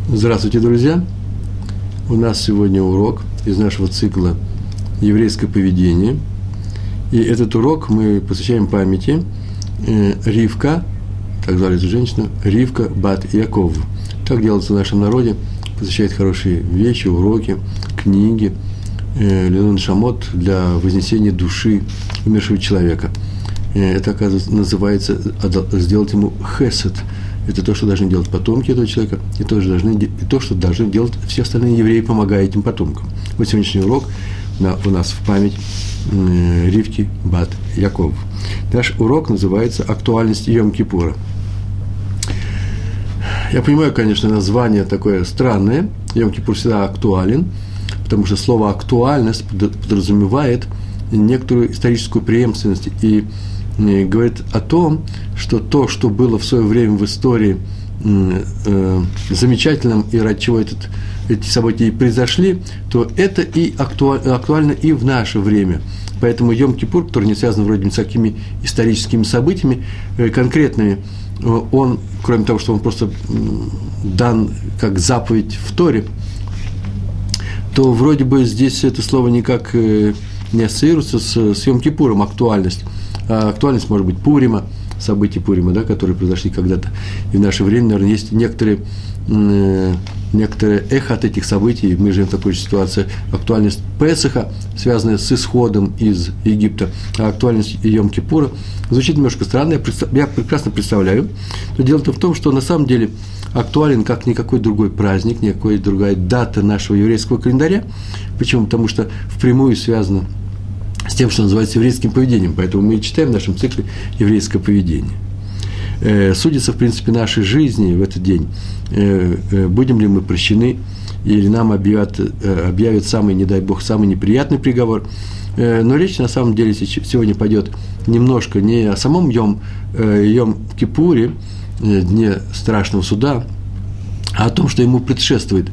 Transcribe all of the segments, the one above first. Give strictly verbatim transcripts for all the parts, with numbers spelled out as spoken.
Здравствуйте, друзья! У нас сегодня урок из нашего цикла «Еврейское поведение». И этот урок мы посвящаем памяти э, Ривка, так звали эту женщину, Ривка бат Яков. Так делается в нашем народе, посвящает хорошие вещи, уроки, книги, э, Лилун Шамот для вознесения души умершего человека. Э, это, оказывается, называется «сделать ему хесед». Это то, что должны делать потомки этого человека, и то, что должны, и то, что должны делать все остальные евреи, помогая этим потомкам. Вот сегодняшний урок на, у нас в память э, Ривки бат Яков. Наш урок называется «Актуальность Йом-Кипура». Я понимаю, конечно, название такое странное. Йом-Кипур всегда актуален, потому что слово «актуальность» подразумевает некоторую историческую преемственность и говорит о том, что то, что было в свое время в истории э, э, замечательным, и ради чего этот, эти события и произошли, то это и актуально, актуально и в наше время. Поэтому Йом-Кипур, который не связан вроде с такими историческими событиями э, конкретными, э, он, кроме того, что он просто э, дан как заповедь в Торе, то вроде бы здесь это слово никак э, не ассоциируется с, с Йом-Кипуром, актуальность. А актуальность может быть Пурима, события Пурима, да, которые произошли когда-то. И в наше время, наверное, есть некоторые, э, некоторые эхо от этих событий. Мы живем в такой же ситуации. Актуальность Песаха, связанная с исходом из Египта, а актуальность Йом-Кипура звучит немножко странно. Я, представ, я прекрасно представляю. Но дело-то в том, что на самом деле актуален как никакой другой праздник, никакой другая дата нашего еврейского календаря. Почему? Потому что впрямую связано с тем, что называется еврейским поведением. Поэтому мы и читаем в нашем цикле «Еврейское поведение». Э, судится, в принципе, нашей жизни в этот день, э, э, будем ли мы прощены, или нам объявят, э, объявят самый, не дай Бог, самый неприятный приговор. Э, но речь, на самом деле, сегодня пойдет немножко не о самом Йом, э, Йом-Кипуре, э, дне страшного суда, а о том, что ему предшествует,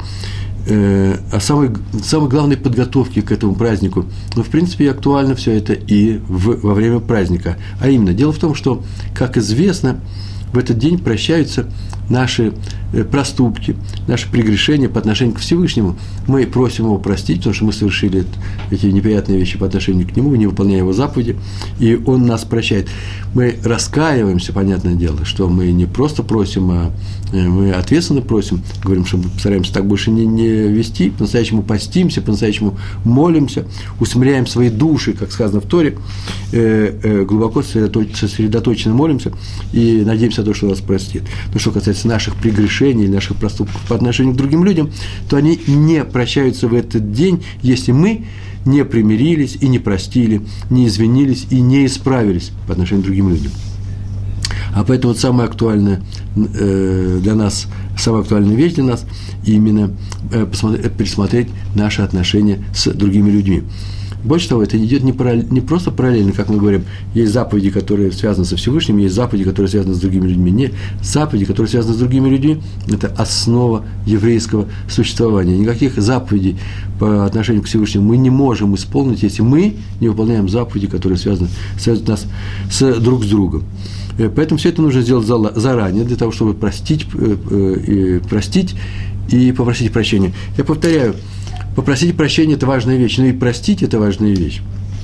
о самой, самой главной подготовке к этому празднику. Но, в принципе, и актуально все это и в, во время праздника. А именно, дело в том, что, как известно, в этот день прощаются наши проступки, наши прегрешения по отношению к Всевышнему. Мы просим его простить, потому что мы совершили эти неприятные вещи по отношению к нему, не выполняя его заповеди, и он нас прощает. Мы раскаиваемся, понятное дело, что мы не просто просим, а мы ответственно просим, говорим, что мы постараемся так больше не, не вести, по-настоящему постимся, по-настоящему молимся, усмиряем свои души, как сказано в Торе, глубоко сосредоточенно молимся и надеемся на то, что нас простит. Но что касается наших прегрешений, наших проступков по отношению к другим людям, то они не прощаются в этот день, если мы не примирились и не простили, не извинились и не исправились по отношению к другим людям. А поэтому вот самое актуальное э, для нас, самая актуальная вещь для нас именно э, посмотреть, пересмотреть наши отношения с другими людьми. Больше того, это идет не, параллель, не просто параллельно, как мы говорим, есть заповеди, которые связаны со Всевышним, есть заповеди, которые связаны с другими людьми. Не, заповеди, которые связаны с другими людьми, это основа еврейского существования. Никаких заповедей по отношению к Всевышнему мы не можем исполнить, если мы не выполняем заповеди, которые связаны, связывают нас с, друг с другом. Поэтому все это нужно сделать заранее, для того, чтобы простить, и простить и попросить прощения. Я повторяю, попросить прощения – это важная вещь, но и простить – это важная вещь.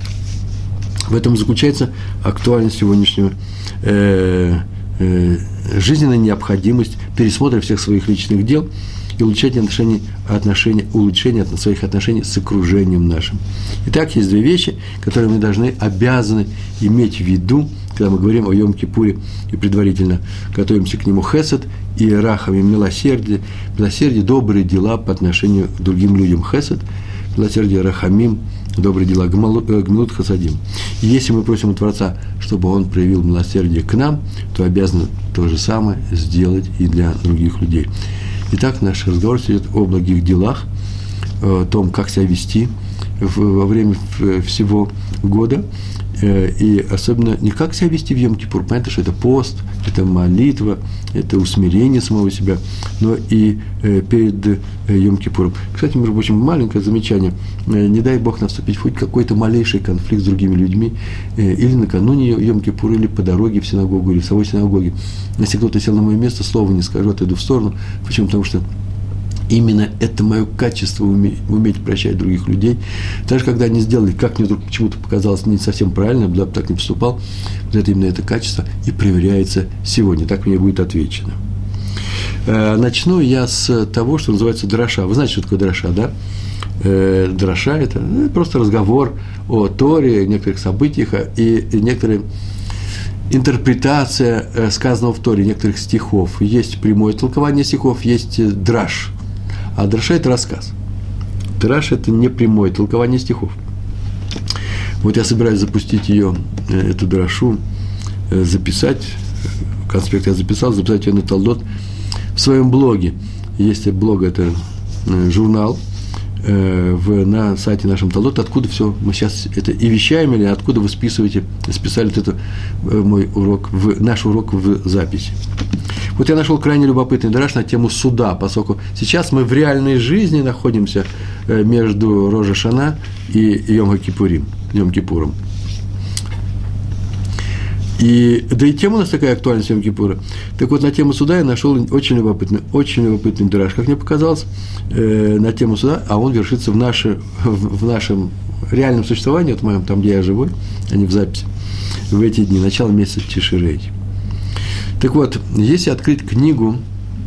В этом заключается актуальность сегодняшнего, э, э, жизненная необходимость пересмотра всех своих личных дел и улучшения отношений, отношений, улучшения своих отношений с окружением нашим. Итак, есть две вещи, которые мы должны, обязаны иметь в виду, когда мы говорим о Йом-Кипуре и предварительно готовимся к нему: хесед и рахами, милосердие, милосердие, добрые дела по отношению к другим людям. Хесед, милосердие, рахамим, добрые дела, гмилут хасадим. И если мы просим у Творца, чтобы он проявил милосердие к нам, то обязаны то же самое сделать и для других людей. Итак, наш разговор идет о благих делах, о том, как себя вести во время всего года, и особенно не как себя вести в Йом-Кипур. Понятно, что это пост, это молитва, это усмирение самого себя, но и перед Йом-Кипуром. Кстати, между прочим, маленькое замечание. Не дай Бог наступить в хоть какой-то малейший конфликт с другими людьми, или накануне Йом-Кипура, или по дороге в синагогу, или в самой синагоге. Если кто-то сел на мое место, слова не скажу, отойду в сторону. Почему? Потому что Именно это мое качество уметь, уметь прощать других людей. Даже когда они сделали, как мне вдруг почему-то показалось не совсем правильно, я бы так не поступал, вот это именно это качество и проверяется сегодня. Так мне будет отвечено. Начну я с того, что называется дроша. Вы знаете, что такое дроша, да? Дроша – это просто разговор о Торе, некоторых событиях и некоторые интерпретация сказанного в Торе, некоторых стихов. Есть прямое толкование стихов, есть драш. А дроша – это рассказ. Драш – это не прямое толкование стихов. Вот я собираюсь запустить ее, эту дрошу, записать, конспект я записал, записать ее на Талдот в своем блоге. Есть блог, это журнал, в, на сайте нашем Талдот, откуда все мы сейчас это и вещаем, или откуда вы списываете, списали вот это мой урок, в, наш урок в записи. Вот я нашел крайне любопытный драш на тему суда, поскольку сейчас мы в реальной жизни находимся между Рож ха-Шана и Йом-Кипурим, Йом-Кипуром. И, да и тема у нас такая актуальность Йом-Кипура. Так вот, на тему суда я нашел очень любопытный, очень любопытный драш, как мне показалось, э, на тему суда, а он вершится в, наше, в, в нашем реальном существовании, вот моем, там, где я живу, а не в записи, в эти дни, начало месяца Тишерей. Так вот, если открыть книгу,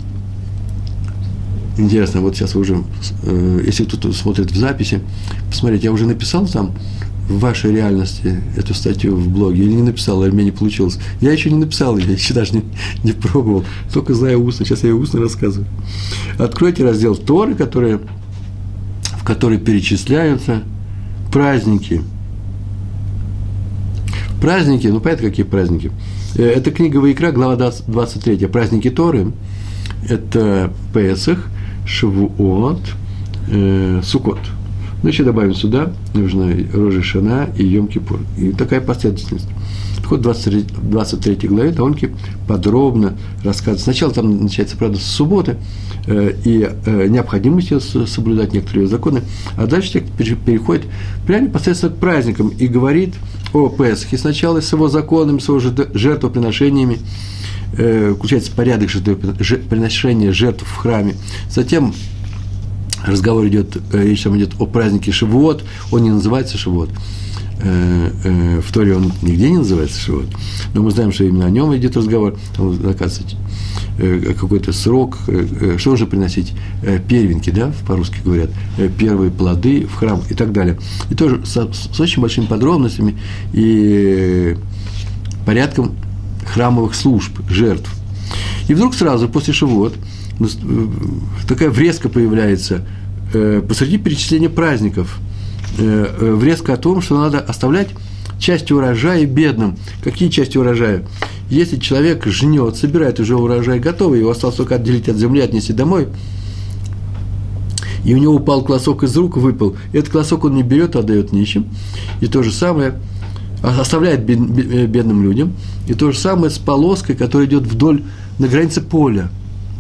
интересно, вот сейчас вы уже, э, если кто-то смотрит в записи, посмотрите, я уже написал там, в вашей реальности эту статью в блоге, или не написал, или мне не получилось. Я еще не написал, я еще даже не, не пробовал, только знаю устно, сейчас я устно рассказываю. Откройте раздел Торы, которые, в который перечисляются праздники. Праздники, ну, понятно, какие праздники. Это книга Ваикра, глава двадцать три, праздники Торы. Это Песах, Шавуот, э, Суккот. Ну, еще добавим сюда, нужно Рож ха-Шана и Йом-Кипур. И такая последовательность. Так вот, в двадцать третьей главе довольно подробно рассказывается. Сначала там начинается, правда, с субботы э, и э, необходимости соблюдать некоторые законы, а дальше текст переходит прямо непосредственно к праздникам и говорит о Песахе. Сначала с его законами, с его жертвоприношениями, э, включается порядок жертвоприношения жертв в храме. Затем разговор идет, речь там идет о празднике Шавуот, он не называется Шавуот, в Торе он нигде не называется Шавуот, но мы знаем, что именно о нем идет разговор, там, оказывается, какой-то срок, что нужно приносить, первенки, да, по-русски говорят, первые плоды в храм и так далее. И тоже с, с очень большими подробностями и порядком храмовых служб, жертв. И вдруг сразу после Шавуот такая врезка появляется э, посреди перечисления праздников, э, врезка о том, что надо оставлять части урожая бедным. Какие части урожая? Если человек жнет, собирает уже урожай готовый, его осталось только отделить от земли, отнести домой, и у него упал колосок из рук, выпал, этот колосок он не берет, а отдает нищим, и то же самое оставляет бедным людям, и то же самое с полоской, которая идет вдоль, на границе поля.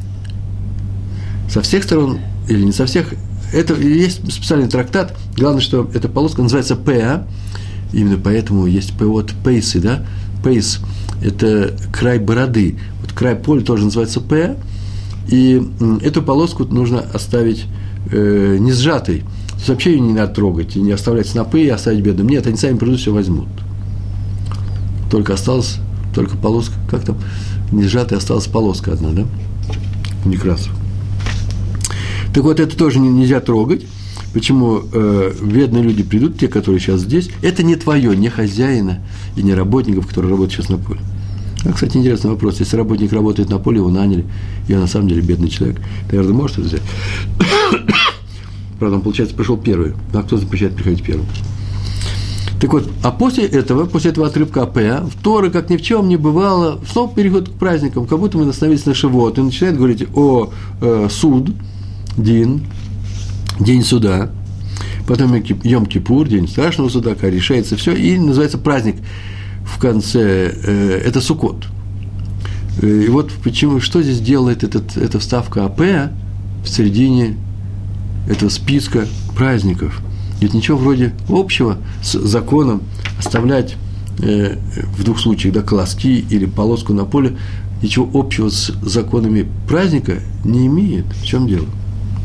Со всех сторон, или не со всех, это есть специальный трактат, главное, что эта полоска называется Пеа, именно поэтому есть пеот пейсы, да, пейс, это край бороды, вот край поля тоже называется Пеа, и эту полоску нужно оставить э, не сжатой, то есть вообще ее не надо трогать, и не оставлять снопы и оставить бедным, нет, они сами придут, все возьмут, только осталась, только полоска, как там, не сжатая, осталась полоска одна, да, Некрасов. Так вот, это тоже нельзя трогать. Почему э, бедные люди придут, те, которые сейчас здесь, это не твое, не хозяина и не работников, которые работают сейчас на поле. А, кстати, интересный вопрос. Если работник работает на поле, его наняли, и он на самом деле бедный человек, наверное, может это взять. Правда, он, получается, пришел первый. А кто запрещает приходить первым? Так вот, а после этого, после этого отрывка АП, в Торе, как ни в чем не бывало, снова переход к праздникам, как будто мы остановились на Шавуот, и начинает говорить о э, суд, Дин, день суда, потом Йом-Кипур, день страшного суда, когда решается все, и называется праздник в конце, э, это Суккот. И вот почему, что здесь делает этот, эта вставка АП в середине этого списка праздников? Нет ничего вроде общего с законом оставлять э, в двух случаях, да, колоски или полоску на поле, ничего общего с законами праздника не имеет. В чем дело?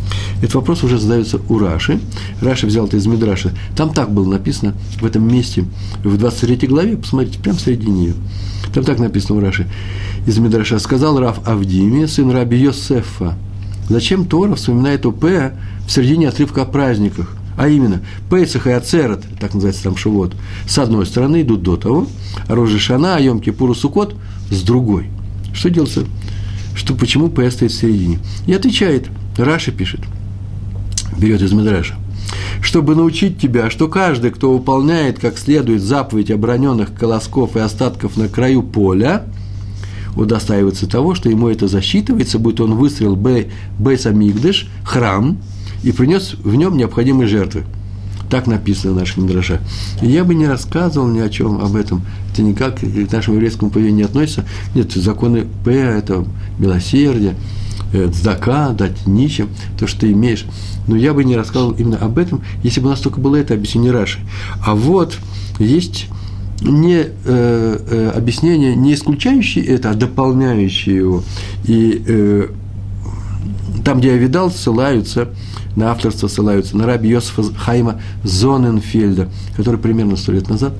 Этот вопрос уже задается у Раши. Раши взял это из Мидраша. Там так было написано в этом месте, в двадцать третьей главе, посмотрите, прямо среди нее. Там так написано у Раши. Из Мидраша сказал Рав Авдиме, сын Раби Йосефа: зачем Тора вспоминает о П в середине отрывка о праздниках? А именно, Пейсах и Ацерет, так называется там Шивот, с одной стороны идут до того, а Рош ха-Шана, а Йом-Кипур и Суккот с другой. Что делается? Что, почему П стоит в середине? И отвечает, Раши пишет, берет из Мидраша: чтобы научить тебя, что каждый, кто выполняет как следует заповедь обороненных колосков и остатков на краю поля, удостаивается того, что ему это засчитывается, будто он выстроил Бейс Амикдаш, храм, и принес в нем необходимые жертвы. Так написано в наших Мидрашах. И я бы не рассказывал ни о чем об этом. Это никак к нашему еврейскому поведению не относится. Нет, законы П – это милосердие, цдака, дать нищим, то, что ты имеешь. Но я бы не рассказывал именно об этом, если бы у нас только было это объяснение Раши. А вот есть не э, э, объяснение, не исключающее это, а дополняющее его. И э, там, где я видал, ссылаются на авторство, ссылаются на раби Йосефа Хаима Зоненфельда, который примерно сто лет назад,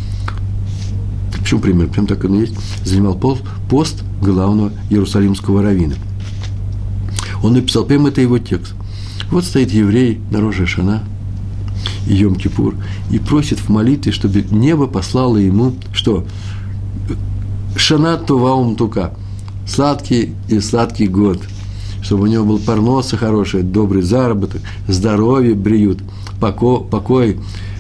почему примерно, прям так он и есть, занимал пост главного иерусалимского раввина. Он написал, прямо это его текст. Вот стоит еврей на Рош ха-Шана и Йом-Кипур и просит в молитве, чтобы небо послало ему, что? Шана това умтука, сладкий и сладкий год, чтобы у него был парноса хороший, добрый заработок, здоровье бреют, покой, покой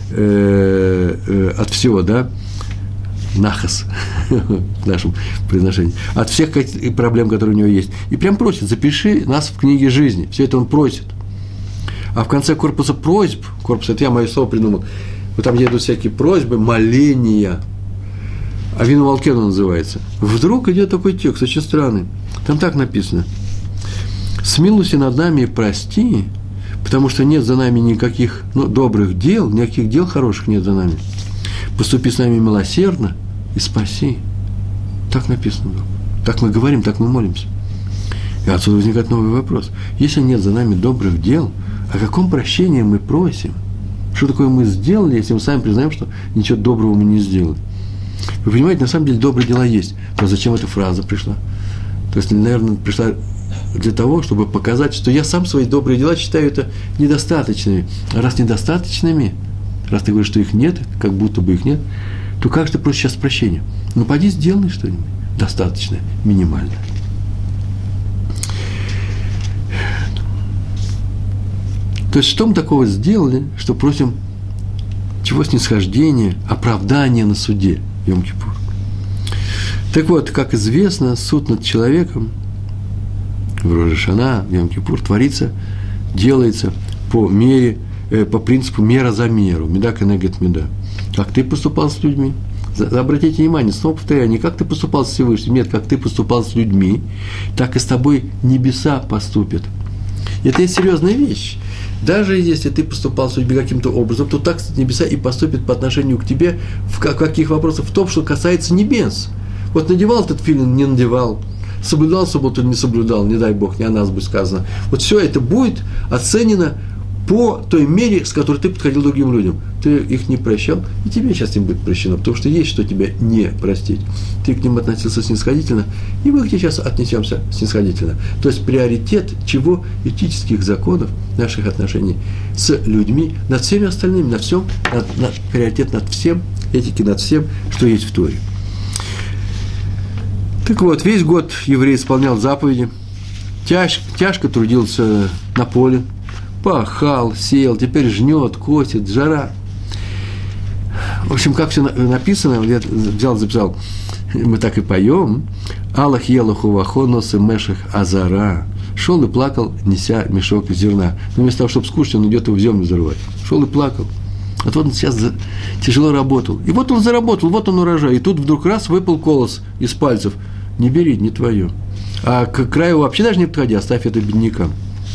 э, э, от всего, да, нахас в нашем произношении, от всех проблем, которые у него есть. И прям просит, запиши нас в книге жизни. Все это он просит. А в конце корпуса просьб, корпус, это я мое слово придумал, вот там, где идут всякие просьбы, моления, Авину Малкену называется, вдруг идет такой текст, очень странный. Там так написано: смилуйся над нами и прости, потому что нет за нами никаких, ну, добрых дел, никаких дел хороших нет за нами. Поступи с нами милосердно и спаси. Так написано. Так мы говорим, так мы молимся. И отсюда возникает новый вопрос. Если нет за нами добрых дел, о каком прощении мы просим? Что такое мы сделали, если мы сами признаем, что ничего доброго мы не сделали? Вы понимаете, на самом деле добрые дела есть. Но зачем эта фраза пришла? То есть, наверное, пришла для того, чтобы показать, что я сам свои добрые дела считаю это недостаточными. А раз недостаточными, раз ты говоришь, что их нет, как будто бы их нет, то как же ты просишь сейчас прощения? Ну, пойди сделай что-нибудь достаточное, минимальное. То есть, что мы такого сделали, что просим чего снисхождения, оправдания на суде Йом-Кипур? Так вот, как известно, суд над человеком в Рош ха-Шана, в Йом-Кипур творится, делается по мере, э, по принципу мера за меру, меда кенегет меда. Как ты поступал с людьми? Обратите внимание, снова повторяю, не как ты поступал с Всевышним, нет, как ты поступал с людьми, так и с тобой небеса поступят. Это есть серьезная вещь. Даже если ты поступал с людьми каким-то образом, то так небеса и поступят по отношению к тебе в каких вопросах? В том, что касается небес. Вот надевал этот филин, не надевал, соблюдал субботу, не соблюдал, не дай Бог, не о нас будет сказано. Вот все это будет оценено по той мере, с которой ты подходил к другим людям. Ты их не прощал, и тебе сейчас им будет прощено, потому что есть что тебя не простить. Ты к ним относился снисходительно, и мы к тебе сейчас отнесемся снисходительно. То есть приоритет чего? Этических законов наших отношений с людьми над всеми остальными, на всем, над, над, приоритет над всем, этики над всем, что есть в Торе. Так вот, весь год еврей исполнял заповеди, тяж, тяжко трудился на поле, пахал, сеял, теперь жнет, косит, жара. В общем, как все написано, я взял, записал, мы так и поем. Аллах елаху вахонос и мешах азара. Шел и плакал, неся мешок зерна. Но вместо того, чтобы скушать, он идет его в землю взрывать. Шел и плакал. А то он сейчас тяжело работал. И вот он заработал, вот он урожай. И тут вдруг раз выпал колос из пальцев. Не бери, не твое. А к краю вообще даже не подходи, оставь это беднякам.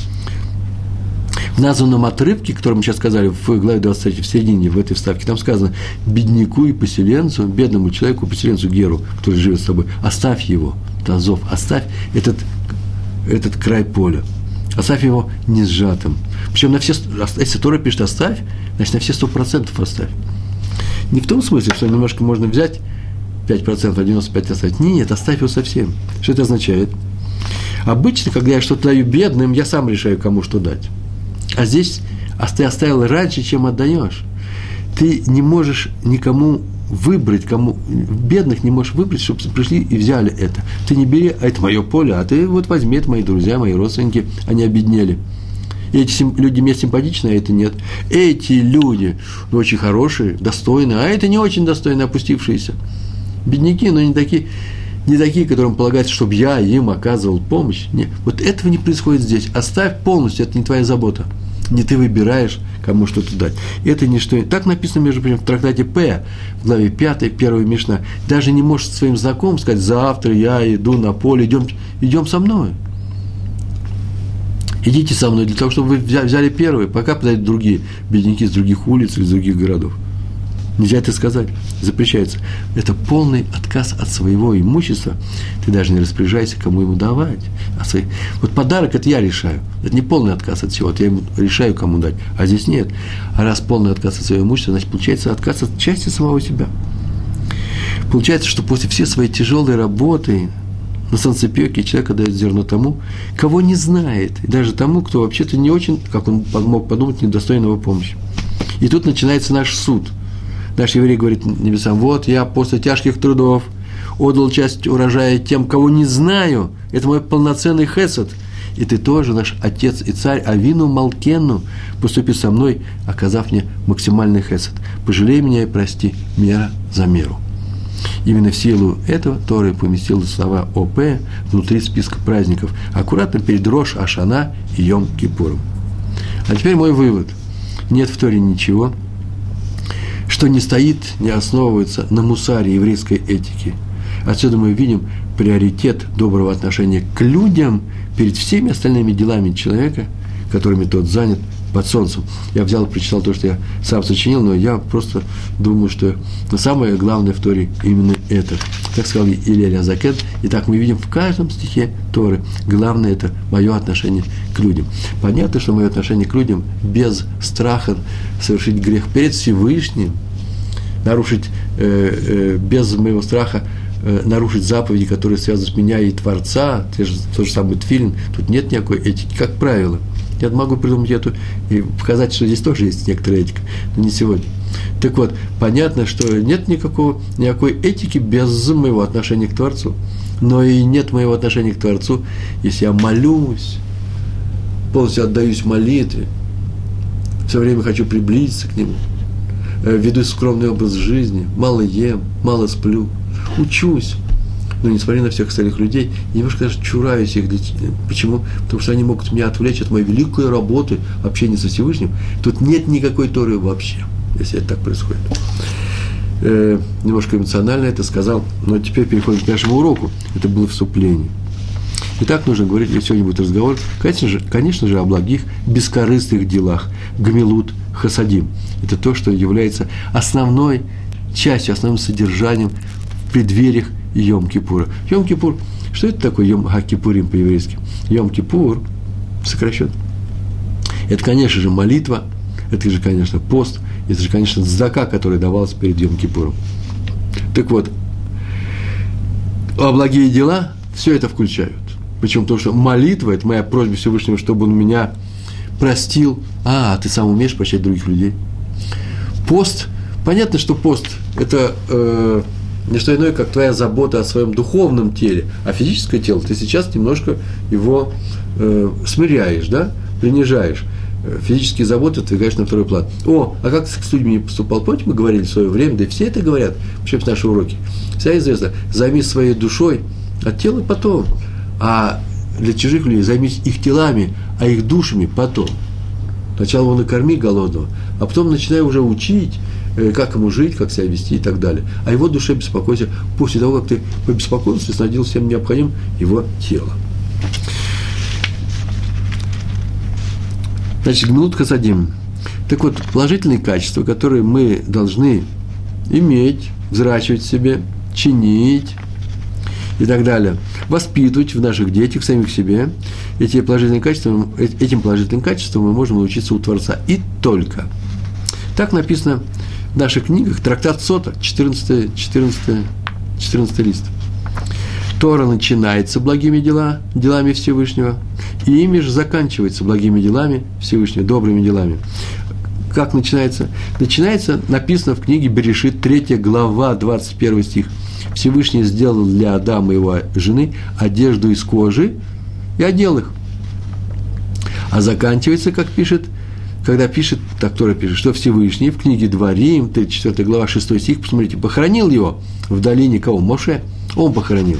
В названном отрывке, который мы сейчас сказали в главе двадцать третьей, в середине, в этой вставке, там сказано: бедняку и поселенцу, бедному человеку, поселенцу Геру, который живет с тобой, оставь его, Тазов, оставь этот, этот край поля. Оставь его не сжатым. Причем на все, если Тора пишет «оставь», значит, на все сто процентов оставь. Не в том смысле, что немножко можно взять пять процентов, а девяносто пять процентов оставить. Нет, оставь его совсем. Что это означает? Обычно, когда я что-то даю бедным, я сам решаю, кому что дать. А здесь ты оставил раньше, чем отдаешь. Ты не можешь никому выбрать, кому бедных не можешь выбрать, чтобы пришли и взяли это. Ты не бери, а это мое поле, а ты вот возьми, это мои друзья, мои родственники, они обеднели. И эти люди мне симпатичны, а это нет. Эти люди ну, очень хорошие, достойные, а это не очень достойные, опустившиеся. Бедняки, но не такие, не такие, которым полагается, чтобы я им оказывал помощь. Нет, вот этого не происходит здесь. Оставь полностью, это не твоя забота. Не ты выбираешь, кому что-то дать. Это не что. Так написано, между прочим, в трактате П, в главе пятой, первая Мишна. Даже не можешь своим знакомым сказать: завтра я иду на поле, идем, идем со мной. Идите со мной для того, чтобы вы взяли первые, пока подойдут другие бедняки с других улиц или с других городов. Нельзя это сказать, запрещается. Это полный отказ от своего имущества. Ты даже не распоряжайся, кому ему давать. А свои... Вот подарок – это я решаю. Это не полный отказ от всего, это я ему решаю, кому дать. А здесь нет. А раз полный отказ от своего имущества, значит, получается отказ от части самого себя. Получается, что после всей своей тяжелой работы на солнцепёке человек отдает зерно тому, кого не знает, и даже тому, кто вообще-то не очень, как он мог подумать, недостоин его помощи. И тут начинается наш суд. Наш еврей говорит небесам: вот я после тяжких трудов отдал часть урожая тем, кого не знаю. Это мой полноценный хесед. И ты тоже, наш отец и царь Авину Малкену, поступи со мной, оказав мне максимальный хесед. Пожалей меня и прости, мера за меру. Именно в силу этого Тора поместила слова ОП внутри списка праздников, аккуратно перед Рош Ашана и Йом-Кипуром. А теперь мой вывод. Нет в Торе ничего, что не стоит, не основывается на мусаре еврейской этики. Отсюда мы видим приоритет доброго отношения к людям перед всеми остальными делами человека, которыми тот занят под солнцем. Я взял и прочитал то, что я сам сочинил, но я просто думаю, что самое главное в Торе именно это. Так сказал Илель Азакен. И так мы видим в каждом стихе Торы. Главное – это мое отношение к людям. Понятно, что мое отношение к людям без страха совершить грех перед Всевышним, нарушить, э, э, без моего страха э, нарушить заповеди, которые связаны с меня и Творца, те же, тот же самый тфилин, тут нет никакой этики, как правило. Я могу придумать эту и показать, что здесь тоже есть некоторая этика, но не сегодня. Так вот, понятно, что нет никакого, никакой этики без моего отношения к Творцу. Но и нет моего отношения к Творцу, если я молюсь, полностью отдаюсь молитве, все время хочу приблизиться к Нему, веду скромный образ жизни, мало ем, мало сплю, учусь. Но несмотря на всех остальных людей, я немножко даже чураюсь их. Почему? Потому что они могут меня отвлечь от моей великой работы, общения со Всевышним. Тут нет никакой Торы вообще, если это так происходит. Э, немножко эмоционально это сказал, но теперь переходим к нашему уроку. Это было вступление. Итак, нужно говорить, если сегодня будет разговор, конечно же, конечно же, о благих, бескорыстных делах. Гмилут хасадим. Это то, что является основной частью, основным содержанием в преддвериях Йом-Кипура. Йом-Кипур, что это такое Йом-Ха-Кипурим по-еврейски? Йом-Кипур, сокращенно. Это, конечно же, молитва, это же, конечно, пост, это же, конечно, цдака, которая давалась перед Йом-Кипуром. Так вот, а благие дела все это включают. Причем потому, что молитва – это моя просьба Всевышнего, чтобы он меня простил. А, ты сам умеешь прощать других людей. Пост, понятно, что пост – это э, не что иное, как твоя забота о своем духовном теле, а физическое тело ты сейчас немножко его э, смиряешь, да, принижаешь. Физические заботы двигаешь на второй план. О, а как ты с людьми поступал? Помните, мы говорили в свое время, да и все это говорят, причем в наши уроки. Вся известно, займись своей душой, а тело потом. А для чужих людей займись их телами, а их душами потом. Сначала его накорми голодного, а потом начинай уже учить, как ему жить, как себя вести и так далее. А его душе беспокойся после того, как ты побеспокоился и снабдил всем необходимым его тело. Значит, гмилут хасадим. Так вот, положительные качества, которые мы должны иметь, взращивать в себе, чинить, и так далее. Воспитывать в наших детях, в самих себе эти положительные качества, этим положительным качествам мы можем научиться у Творца. И только. Так написано в наших книгах, трактат Сота, четырнадцатый, четырнадцатый, четырнадцатый лист. Тора начинается благими дела, делами Всевышнего, и ими же заканчивается благими делами Всевышнего, добрыми делами. Как начинается? Начинается, написано в книге Берешит, третья глава, двадцать первый стих. Всевышний сделал для Адама и его жены одежду из кожи и одел их. А заканчивается, как пишет, когда пишет, так Тора пишет, что Всевышний в книге Дворим, тридцать четвёртая глава, шестой стих, посмотрите, похоронил его в долине кого? Моше. Он похоронил.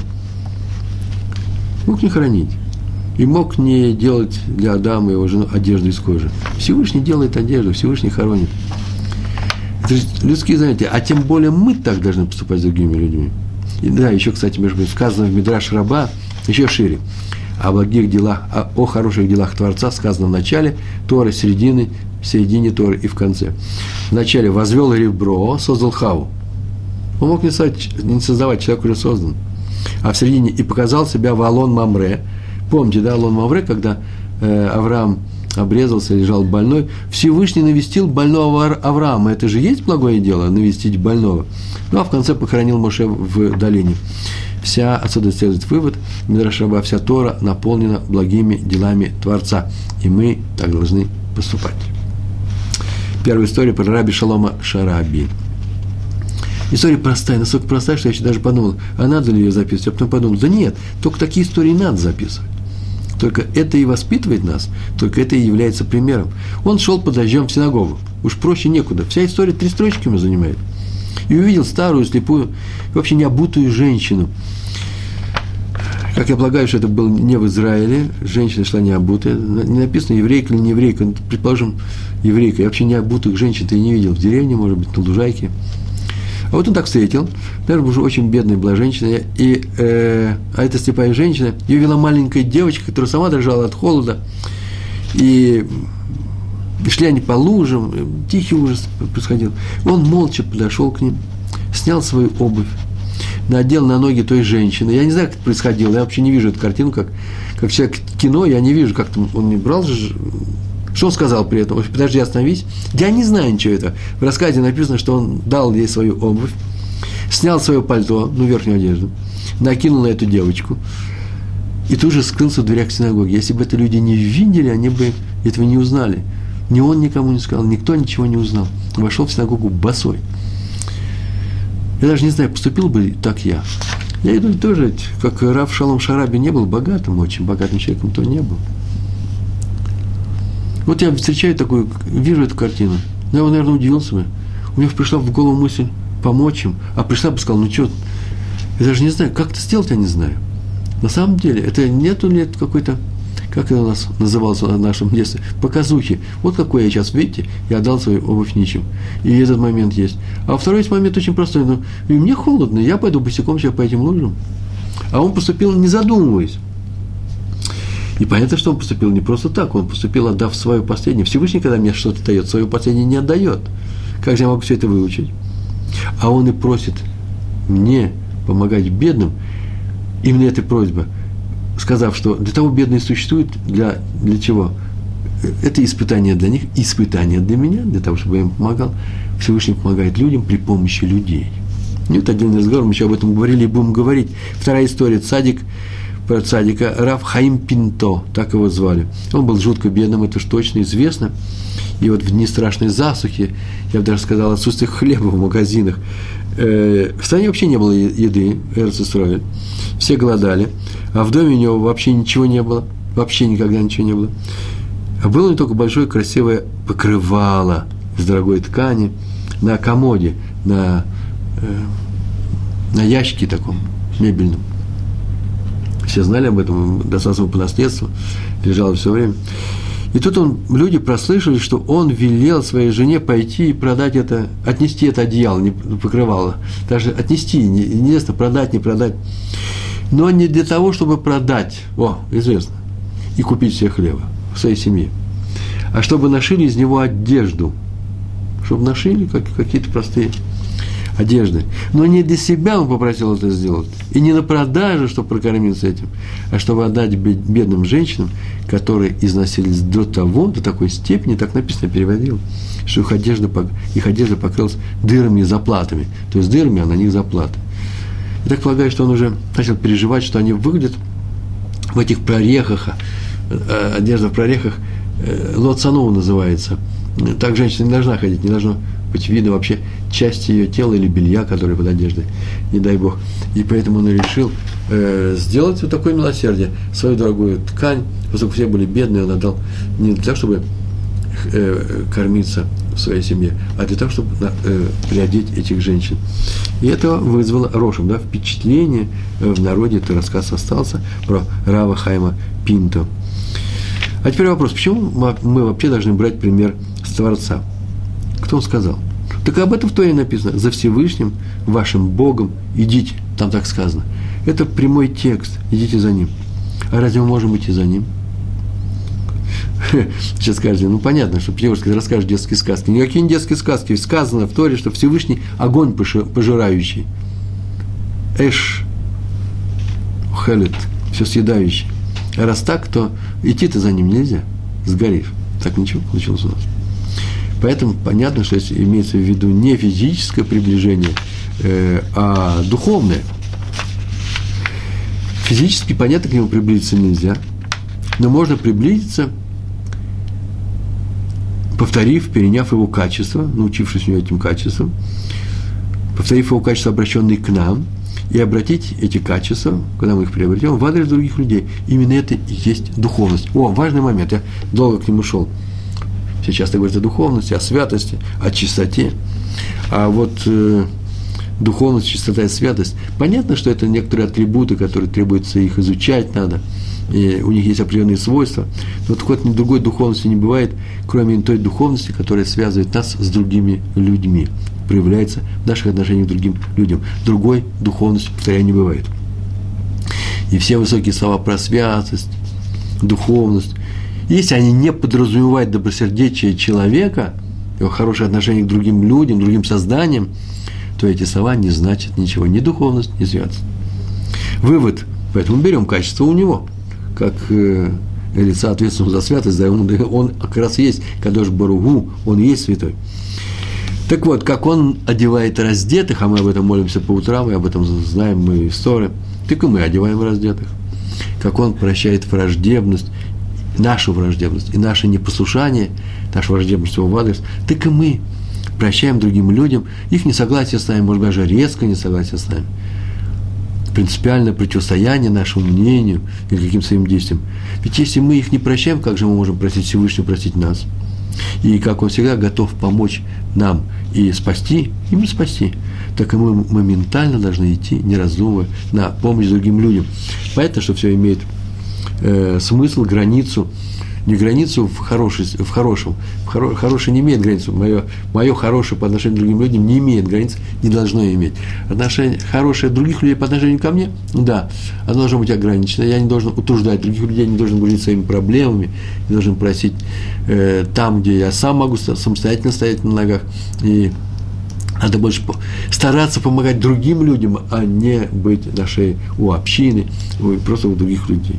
Мог не хоронить. И мог не делать для Адама и его жены одежду из кожи. Всевышний делает одежду, Всевышний хоронит. Это же людские занятия. А тем более мы так должны поступать с другими людьми. И да, еще, кстати, между прочим, сказано в Мидраш Раба, еще шире. О благих делах, о, о хороших делах Творца сказано в начале Торы, середины, в середине Торы и в конце. В начале возвел ребро, создал Хаву. Он мог не создавать, не создавать, человек уже создан. А в середине и показал себя в Алон Мамре. Помните, да, Алон Мамре, когда э, Авраам обрезался, лежал больной, Всевышний навестил больного Авраама. Это же есть благое дело, навестить больного. Ну, а в конце похоронил Моше в долине. Вся, отсюда следует вывод, Мидраш Раба, вся Тора наполнена благими делами Творца. И мы так должны поступать. Первая история про раби Шалома Шараби. История простая, настолько простая, что я еще даже подумал, а надо ли ее записывать? А потом подумал, да нет, только такие истории надо записывать. Только это и воспитывает нас, только это и является примером. Он шел под дождем в синагогу, уж проще некуда. Вся история три строчки ему занимает. И увидел старую, слепую, вообще необутую женщину. Как я полагаю, что это было не в Израиле, женщина шла необутая. Не написано, еврейка или не еврейка, ну, предположим, еврейка. Я вообще необутых женщин-то и не видел в деревне, может быть, на лужайке. А вот он так встретил, даже уже очень бедная была женщина, и, э, а эта слепая женщина, ее вела маленькая девочка, которая сама дрожала от холода, и шли они по лужам, тихий ужас происходил. Он молча подошел к ним, снял свою обувь, надел на ноги той женщины. Я не знаю, как это происходило, я вообще не вижу эту картину, как, как человек кино, я не вижу, как там он не брал же. Что он сказал при этом? Подожди, остановись. Я не знаю ничего этого. В рассказе написано, что он дал ей свою обувь, снял свое пальто, ну, верхнюю одежду, накинул на эту девочку и тут же скрылся в дверях синагоги. Если бы это люди не видели, они бы этого не узнали. Ни он никому не сказал, никто ничего не узнал. Вошел в синагогу босой. Я даже не знаю, поступил бы так я. Я иду тоже, как Рав Шалом Шараби не был богатым, очень богатым человеком, то не был. Вот я встречаю такую, вижу эту картину. Я, наверное, удивился бы. У меня пришла в голову мысль помочь им, а пришла бы и сказала, ну что, я даже не знаю, как это сделать, я не знаю. На самом деле, это нету ли какой-то, как это у нас называлось в нашем детстве, показухи. Вот какой я сейчас, видите, я отдал свою обувь ничем. И этот момент есть. А второй момент очень простой. Ну, и мне холодно, я пойду босиком сейчас по этим лужам. А он поступил, не задумываясь. И понятно, что он поступил не просто так, он поступил, отдав свое последнее. Всевышний, когда мне что-то дает, свое последнее не отдает. Как же я могу все это выучить? А он и просит мне помогать бедным, именно эта просьба, сказав, что для того бедные существуют, для, для чего? Это испытание для них, испытание для меня, для того, чтобы я им помогал. Всевышний помогает людям при помощи людей. Нет, отдельный разговор, мы еще об этом говорили и будем говорить. Вторая история, цадик, про цадика, Рав Хаим Пинто, так его звали. Он был жутко бедным, это уж точно известно. И вот в дни страшной засухи, я бы даже сказал, отсутствие хлеба в магазинах, э, в стране вообще не было еды, Эрец-Исроэль, все голодали, а в доме у него вообще ничего не было, вообще никогда ничего не было. А было не только большое красивое покрывало из дорогой ткани на комоде, на, э, на ящике таком мебельном. Все знали об этом, досталось ему по наследству, лежало все время. И тут он, люди прослышали, что он велел своей жене пойти и продать это, отнести это одеяло, не покрывало, даже отнести, неизвестно, продать, не продать. Но не для того, чтобы продать, о, известно, и купить себе хлеба в своей семье, а чтобы нашили из него одежду, чтобы нашили как, какие-то простые одежды. Но не для себя он попросил это сделать. И не на продажу, чтобы прокормиться этим, а чтобы отдать бедным женщинам, которые износились до того, до такой степени, так написано, переводил, что их одежда, их одежда покрылась дырами и заплатами. То есть дырами, а на них заплаты. Я так полагаю, что он уже начал переживать, что они выглядят в этих прорехах, одежда в прорехах, лоцанова называется. Так женщина не должна ходить, не должно быть видно вообще части ее тела или белья, которые под одеждой, не дай Бог. И поэтому он решил э, сделать вот такое милосердие, свою дорогую ткань, поскольку все были бедные, он отдал не для того, чтобы э, кормиться в своей семье, а для того, чтобы э, приодеть этих женщин. И это вызвало рошем, да, впечатление в народе, этот рассказ остался про Рава Хаима Пинто. А теперь вопрос, почему мы вообще должны брать пример с Творца? Кто он сказал? Так об этом в Торе написано. За Всевышним, вашим Богом, идите. Там так сказано. Это прямой текст. Идите за ним. А разве мы можем идти за ним? Сейчас скажете, ну понятно, что Петербургский расскажет детские сказки. Никакие не детские сказки. Сказано в Торе, что Всевышний огонь пожирающий. Эш хелет, все съедающий. А раз так, то идти-то за ним нельзя, сгоришь. Так ничего получилось у нас. Поэтому понятно, что если имеется в виду не физическое приближение, э, а духовное. Физически, понятно, к нему приблизиться нельзя, но можно приблизиться, повторив, переняв его качество, научившись у него этим качествам, повторив его качества, обращенные к нам, и обратить эти качества, когда мы их приобретем, в адрес других людей. Именно это и есть духовность. О, важный момент, я долго к нему шел. Все часто говорят о духовности, о святости, о чистоте. А вот э, духовность, чистота и святость, понятно, что это некоторые атрибуты, которые требуется их изучать надо, и у них есть определенные свойства. Но какой-то другой духовности не бывает, кроме той духовности, которая связывает нас с другими людьми, проявляется в наших отношениях к другим людям. Другой духовности, повторяю, не бывает. И все высокие слова про святость, духовность, если они не подразумевают добросердечие человека, его хорошее отношение к другим людям, другим созданиям, то эти слова не значат ничего, ни духовность, ни святость. Вывод, поэтому берем качество у него, как э, лица ответственного за святость, да, он, он как раз есть Кадош Баругу, он есть святой. Так вот, как он одевает раздетых, а мы об этом молимся по утрам, и об этом знаем мы из Торы, так и мы одеваем раздетых. Как он прощает враждебность, нашу враждебность и наше непослушание, нашу враждебность его в адрес, так и мы прощаем другим людям их несогласие с нами, может быть, даже резкое несогласие с нами, принципиальное противостояние нашему мнению или каким-то своим действиям. Ведь если мы их не прощаем, как же мы можем просить Всевышнего простить нас? И как он всегда готов помочь нам и спасти, именно спасти, так и мы моментально должны идти, не раздумывая, на помощь другим людям. Понятно, что все имеет э, смысл, границу, не границу в, хороший, в хорошем, в хоро, хорошее не имеет границу, мое, мое хорошее по отношению к другим людям не имеет границ, не должно иметь. Отношение хорошее других людей по отношению ко мне, да, оно должно быть ограничено, я не должен утруждать других людей, не должен говорить своими проблемами, не должен просить э, там, где я сам могу самостоятельно стоять на ногах, и надо больше стараться помогать другим людям, а не быть на шее у общины, просто у других людей.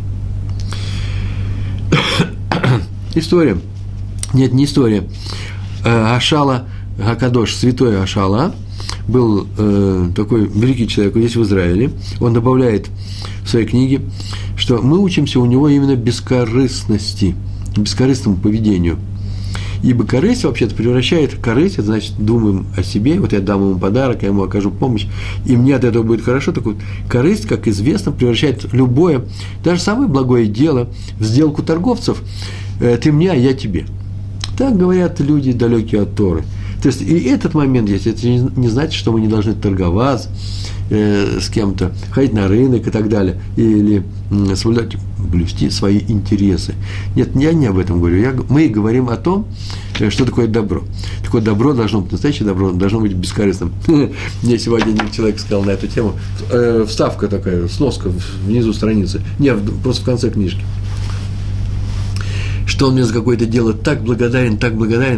История. Нет, не история. Ашала Гакадош, святой Ашала, был э, такой великий человек, здесь в Израиле. Он добавляет в своей книге, что мы учимся у него именно бескорыстности, бескорыстному поведению. Ибо корысть вообще-то превращает, корысть, это значит, думаем о себе, вот я дам ему подарок, я ему окажу помощь, и мне от этого будет хорошо. Так вот, корысть, как известно, превращает любое, даже самое благое дело в сделку торговцев. Ты мне, а я тебе. Так говорят люди, далекие от Торы. То есть, и этот момент есть, это не значит, что мы не должны торговаться э, с кем-то, ходить на рынок и так далее, или э, соблюдать, блюсти свои интересы. Нет, я не об этом говорю. Я, мы говорим о том, что такое добро. Такое добро должно быть, настоящее добро должно быть бескорыстным. Мне сегодня один человек сказал на эту тему, э, вставка такая, сноска внизу страницы, не, просто в конце книжки, что он мне за какое-то дело так благодарен, так благодарен.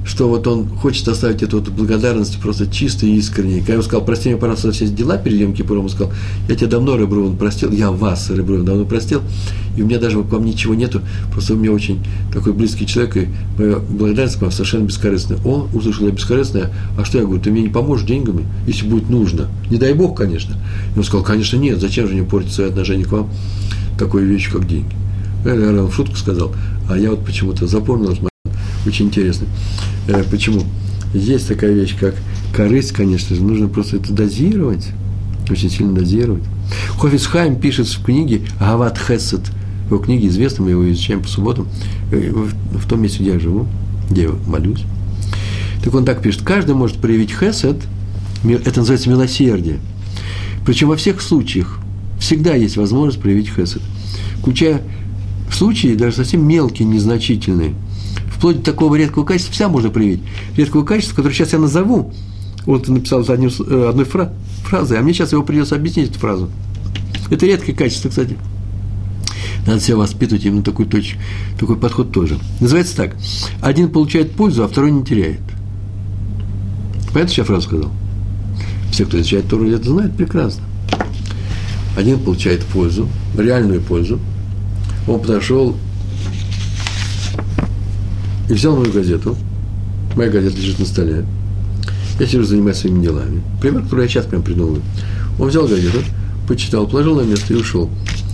что вот он хочет оставить эту вот благодарность просто чисто и искренне. Когда я ему сказал, прости меня, пожалуйста, за все дела перед Йом Кипуром, он сказал, я тебя давно, Ребе Рувен, простил, я вас, Ребе Рувен, давно простил, и у меня даже к вам ничего нету, просто у меня очень такой близкий человек, и моя благодарность к вам совершенно бескорыстная. О, услышал я бескорыстная, а что я говорю, ты мне не поможешь деньгами, если будет нужно? Не дай Бог, конечно. И он сказал, конечно, нет, зачем же мне портить свои отношения к вам, такую вещь, как деньги. Я, наверное, он в шутку сказал, а я вот почему-то запомнил, очень интересно. Почему? Есть такая вещь, как корысть, конечно же, нужно просто это дозировать, очень сильно дозировать. Хофец Хаим пишет в книге «Агават Хесед», в его книге известной, мы его изучаем по субботам, в том месте, где я живу, где я молюсь. Так он так пишет, каждый может проявить хесед, это называется милосердие. Причем во всех случаях всегда есть возможность проявить хесед, включая случаи даже совсем мелкие, незначительные. Вплоть до такого редкого качества вся можно проявить. Редкого качества, которое сейчас я назову. Он написал это одним, одной фра- фразой, а мне сейчас его придется объяснить, эту фразу. Это редкое качество, кстати. Надо себя воспитывать именно такой, точ, такой подход тоже. Называется так. Один получает пользу, а второй не теряет. Понятно, что я фразу сказал? Все, кто изучает Тору, это знают прекрасно. Один получает пользу, реальную пользу. Он подошел и взял мою газету. Моя газета лежит на столе. Я сижу, занимаюсь своими делами. Пример, который я сейчас прям придумываю. Он взял газету, почитал, положил на место и ушел.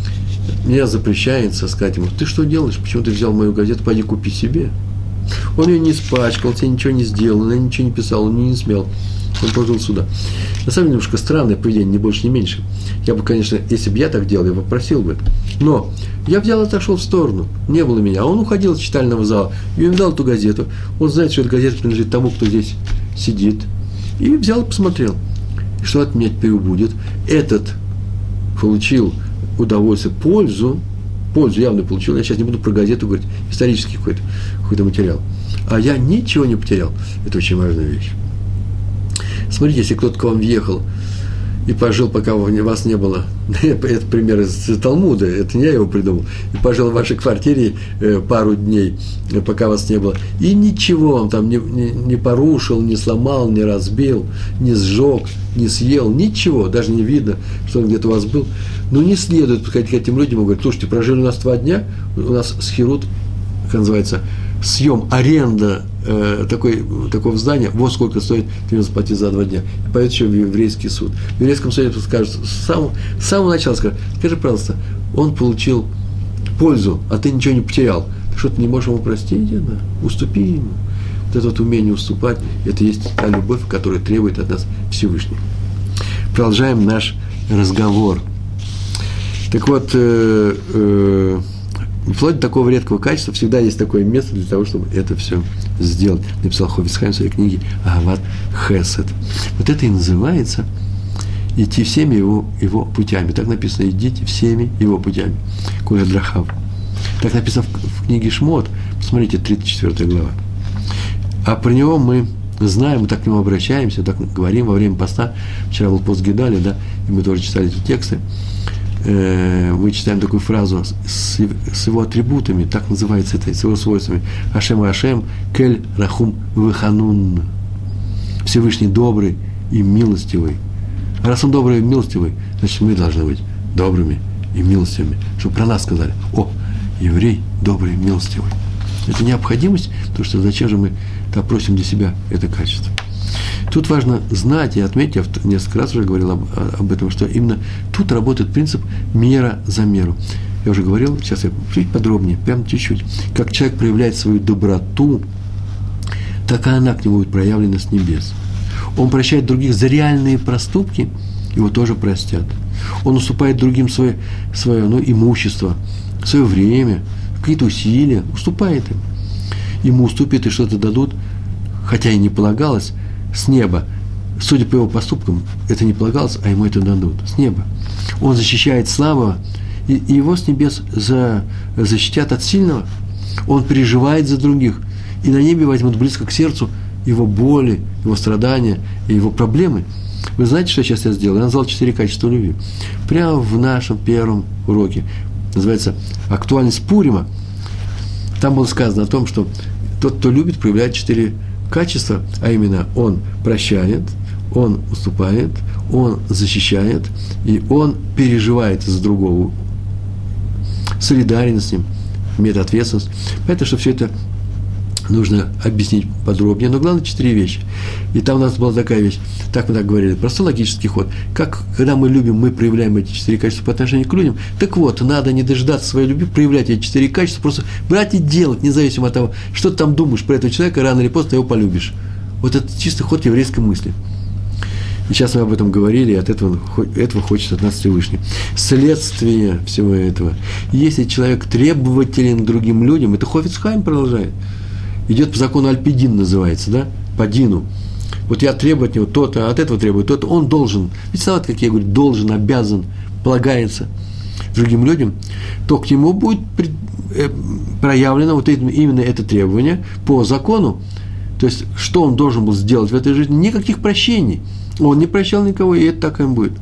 Мне запрещается сказать ему, ты что делаешь? Почему ты взял мою газету? Пойди купи себе. Он ее не испачкал, тебе ничего не сделал, он ничего не писал, он не смел. Он положил сюда. На самом деле, немножко странное поведение, ни больше, ни меньше. Я бы, конечно, если бы я так делал, я попросил бы это. Но я взял и отошел в сторону. Не было меня. А он уходил из читального зала. И он взял эту газету. Он знает, что эта газета принадлежит тому, кто здесь сидит. И взял и посмотрел. И что от меня теперь будет? Этот получил удовольствие, пользу. Пользу явно получил. Я сейчас не буду про газету говорить. Исторический какой-то, какой-то материал. А я ничего не потерял. Это очень важная вещь. Смотрите, если кто-то к вам въехал и пожил, пока вас не было, это пример из Талмуда, это не я его придумал, и пожил в вашей квартире пару дней, пока вас не было, и ничего вам там не, не, не порушил, не сломал, не разбил, не сжег, не съел, ничего, даже не видно, что он где-то у вас был, но не следует подходить к этим людям и говорить, слушайте, прожили у нас два дня, у нас схирут, как называется, съем, аренда э, такой, такого здания, вот сколько стоит, ты мне заплатить за два дня. И поедет еще в еврейский суд. В еврейском суде скажут, с самого, с самого начала скажут, скажи, пожалуйста, он получил пользу, а ты ничего не потерял. Ты что, ты не можешь ему простить? Да? Уступи ему. Вот это вот умение уступать, это есть та любовь, которая требует от нас Всевышний. Продолжаем наш разговор. Так вот, э, э, вплоть до такого редкого качества всегда есть такое место для того, чтобы это все сделать. Написал Хофец Хаим в своей книге «Агават Хесед». Вот это и называется идти всеми его, его путями. Так написано «идите всеми его путями». Коля Драхав. Так написано в, в книге Шмот. Посмотрите, тридцать четвёртая глава. А про него мы знаем, мы так к нему обращаемся, так говорим во время поста. Вчера был пост Гедали, да, и мы тоже читали эти тексты. Мы читаем такую фразу с, с его атрибутами, так называется это, с его свойствами. Ашем и Ашем, Кель Рахум Веханун. Всевышний добрый и милостивый. А раз он добрый и милостивый, значит, мы должны быть добрыми и милостивыми. Чтобы про нас сказали, о, еврей добрый и милостивый. Это необходимость, потому что зачем же мы так просим для себя это качество. Тут важно знать и отметить, я несколько раз уже говорил об, об этом, что именно тут работает принцип мера за меру. Я уже говорил, сейчас я чуть подробнее, прям чуть-чуть. Как человек проявляет свою доброту, так и она к нему будет проявлена с небес. Он прощает других за реальные проступки, его тоже простят. Он уступает другим свое, свое ну, имущество, свое время, какие-то усилия, уступает им. Ему уступят и что-то дадут, хотя и не полагалось, с неба. Судя по его поступкам, это не полагалось, а ему это дадут. С неба. Он защищает слабого, и, и его с небес за, защитят от сильного. Он переживает за других. И на небе возьмут близко к сердцу его боли, его страдания и его проблемы. Вы знаете, что сейчас я сделал? Я назвал четыре качества любви. Прямо в нашем первом уроке. Называется «Актуальность Пурима». Там было сказано о том, что тот, кто любит, проявляет четыре качества, а именно он прощает, он уступает, он защищает, и он переживает за другого, солидарен с ним, имеет ответственность. Поэтому, что все это нужно объяснить подробнее, но главное четыре вещи. И там у нас была такая вещь, так мы так говорили, простой логический ход. Как, когда мы любим, мы проявляем эти четыре качества по отношению к людям. Так вот, надо не дожидаться своей любви, проявлять эти четыре качества, просто брать и делать, независимо от того, что ты там думаешь про этого человека, рано или поздно ты его полюбишь. Вот это чистый ход еврейской мысли. И сейчас мы об этом говорили, и от этого, этого хочет от нас Всевышний. Следствие всего этого. Если человек требователен к другим людям, это Хофец Хаим продолжает. Идет по закону Альпидин, называется, да? По Дину. Вот я требую от него то-то, от этого требую то-то. Он должен, ведь салат, как я говорю, должен, обязан, полагается другим людям, то к нему будет проявлено вот именно это требование по закону. То есть, что он должен был сделать в этой жизни? Никаких прощений. Он не прощал никого, и это так им будет.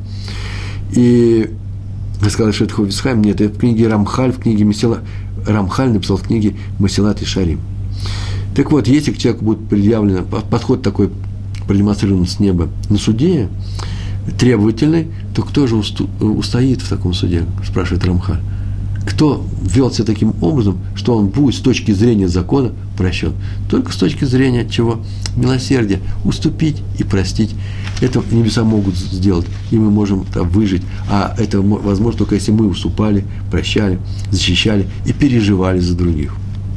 И я сказал, что это Хофец Хаим. Нет, это в книге Рамхаль, в книге Месила. Рамхаль написал в книге Месилат Ишарим. Так вот, если к человеку будет предъявлено, подход такой продемонстрирован с неба на суде, требовательный, то кто же устоит в таком суде, спрашивает Рамхаль. Кто вел себя таким образом, что он будет с точки зрения закона прощен? Только с точки зрения чего? Милосердия. Уступить и простить. Это небеса могут сделать, и мы можем там выжить. А это возможно только если мы уступали, прощали, защищали и переживали за других.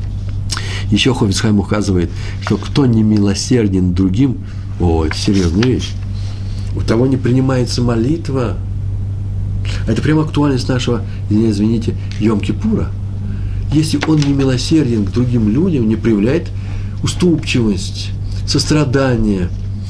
Еще Хофец Хаим указывает, что кто не милосерден другим, о, это серьезная вещь, у того не принимается молитва. Это прямо актуальность нашего, извините, Йом-Кипура. Если он не милосерден к другим людям, не проявляет уступчивость, сострадание,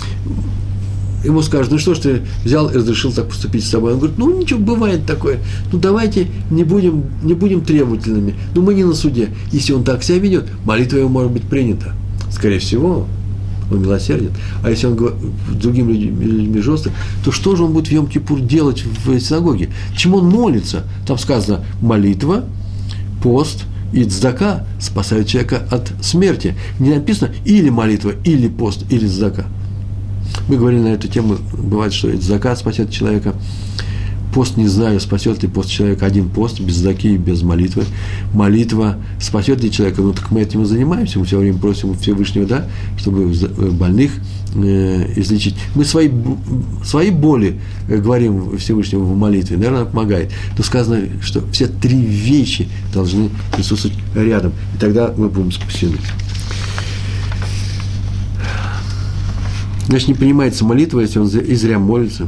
ему скажут, ну что ж ты взял и разрешил так поступить с собой? Он говорит, ну ничего, бывает такое, ну давайте не будем, не будем требовательными, ну мы не на суде. Если он так себя ведет, молитва его может быть принята. Скорее всего, он милосерден. А если он говорит другим людям, людьми жестко, то что же он будет в Йом-Кипур делать в синагоге? Чему он молится? Там сказано молитва, пост и цдака спасают человека от смерти. Не написано или молитва, или пост, или цдака. Мы говорили на эту тему, бывает, что цдака спасет человека. Пост, не знаю, спасет ли пост человека, один пост, без цдаки и без молитвы. Молитва спасет ли человека? Ну, так мы этим и занимаемся, мы все время просим Всевышнего, да, чтобы больных э, излечить. Мы свои, свои боли э, говорим Всевышнему в молитве, наверное, помогает. Но сказано, что все три вещи должны присутствовать рядом, и тогда мы будем спасены. Значит, не принимается молитва, если он и зря молится.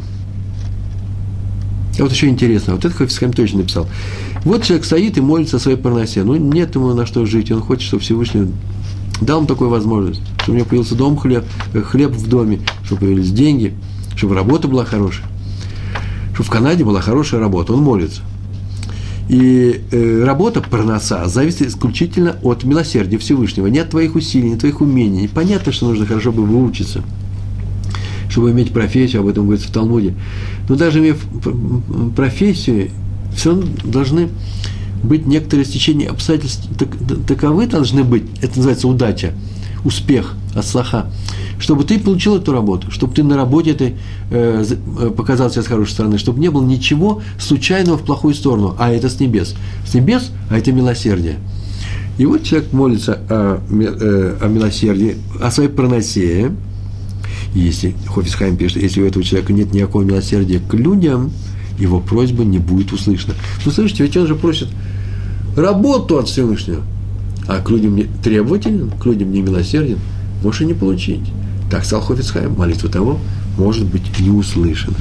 А вот еще интересно, вот это Хофец Хаим точно написал. Вот человек стоит и молится о своей парносе. Ну, нет ему на что жить, он хочет, чтобы Всевышний дал ему такую возможность, чтобы у него появился дом, хлеб, хлеб в доме, чтобы появились деньги, чтобы работа была хорошая, чтобы в Канаде была хорошая работа, он молится. И э, работа парноса зависит исключительно от милосердия Всевышнего, не от твоих усилий, не от твоих умений. И понятно, что нужно хорошо бы выучиться, чтобы иметь профессию, об этом говорится в Талмуде. Но даже имея профессию, все равно должны быть некоторые стечения обстоятельств, так, таковы должны быть, это называется удача, успех, ацлаха, чтобы ты получил эту работу, чтобы ты на работе этой э, показал себя с хорошей стороны, чтобы не было ничего случайного в плохую сторону, а это с небес. С небес, а это милосердие. И вот человек молится о, э, о милосердии, о своей парносе. Если, Хофец Хаим пишет, если у этого человека нет никакого милосердия к людям, его просьба не будет услышана. Ну, слышите, ведь он же просит работу от Всевышнего, а к людям не требователен, к людям не милосерден, можешь и не получить. Так сказал Хофец Хаим, молитва того может быть не услышана.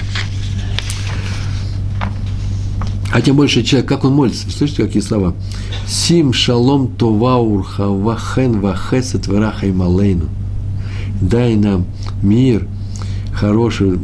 А тем больше человек, как он молится, слышите, какие слова? Сим шалом товаур хавахен вахесет варахай малейну. Дай нам мир, хорошие,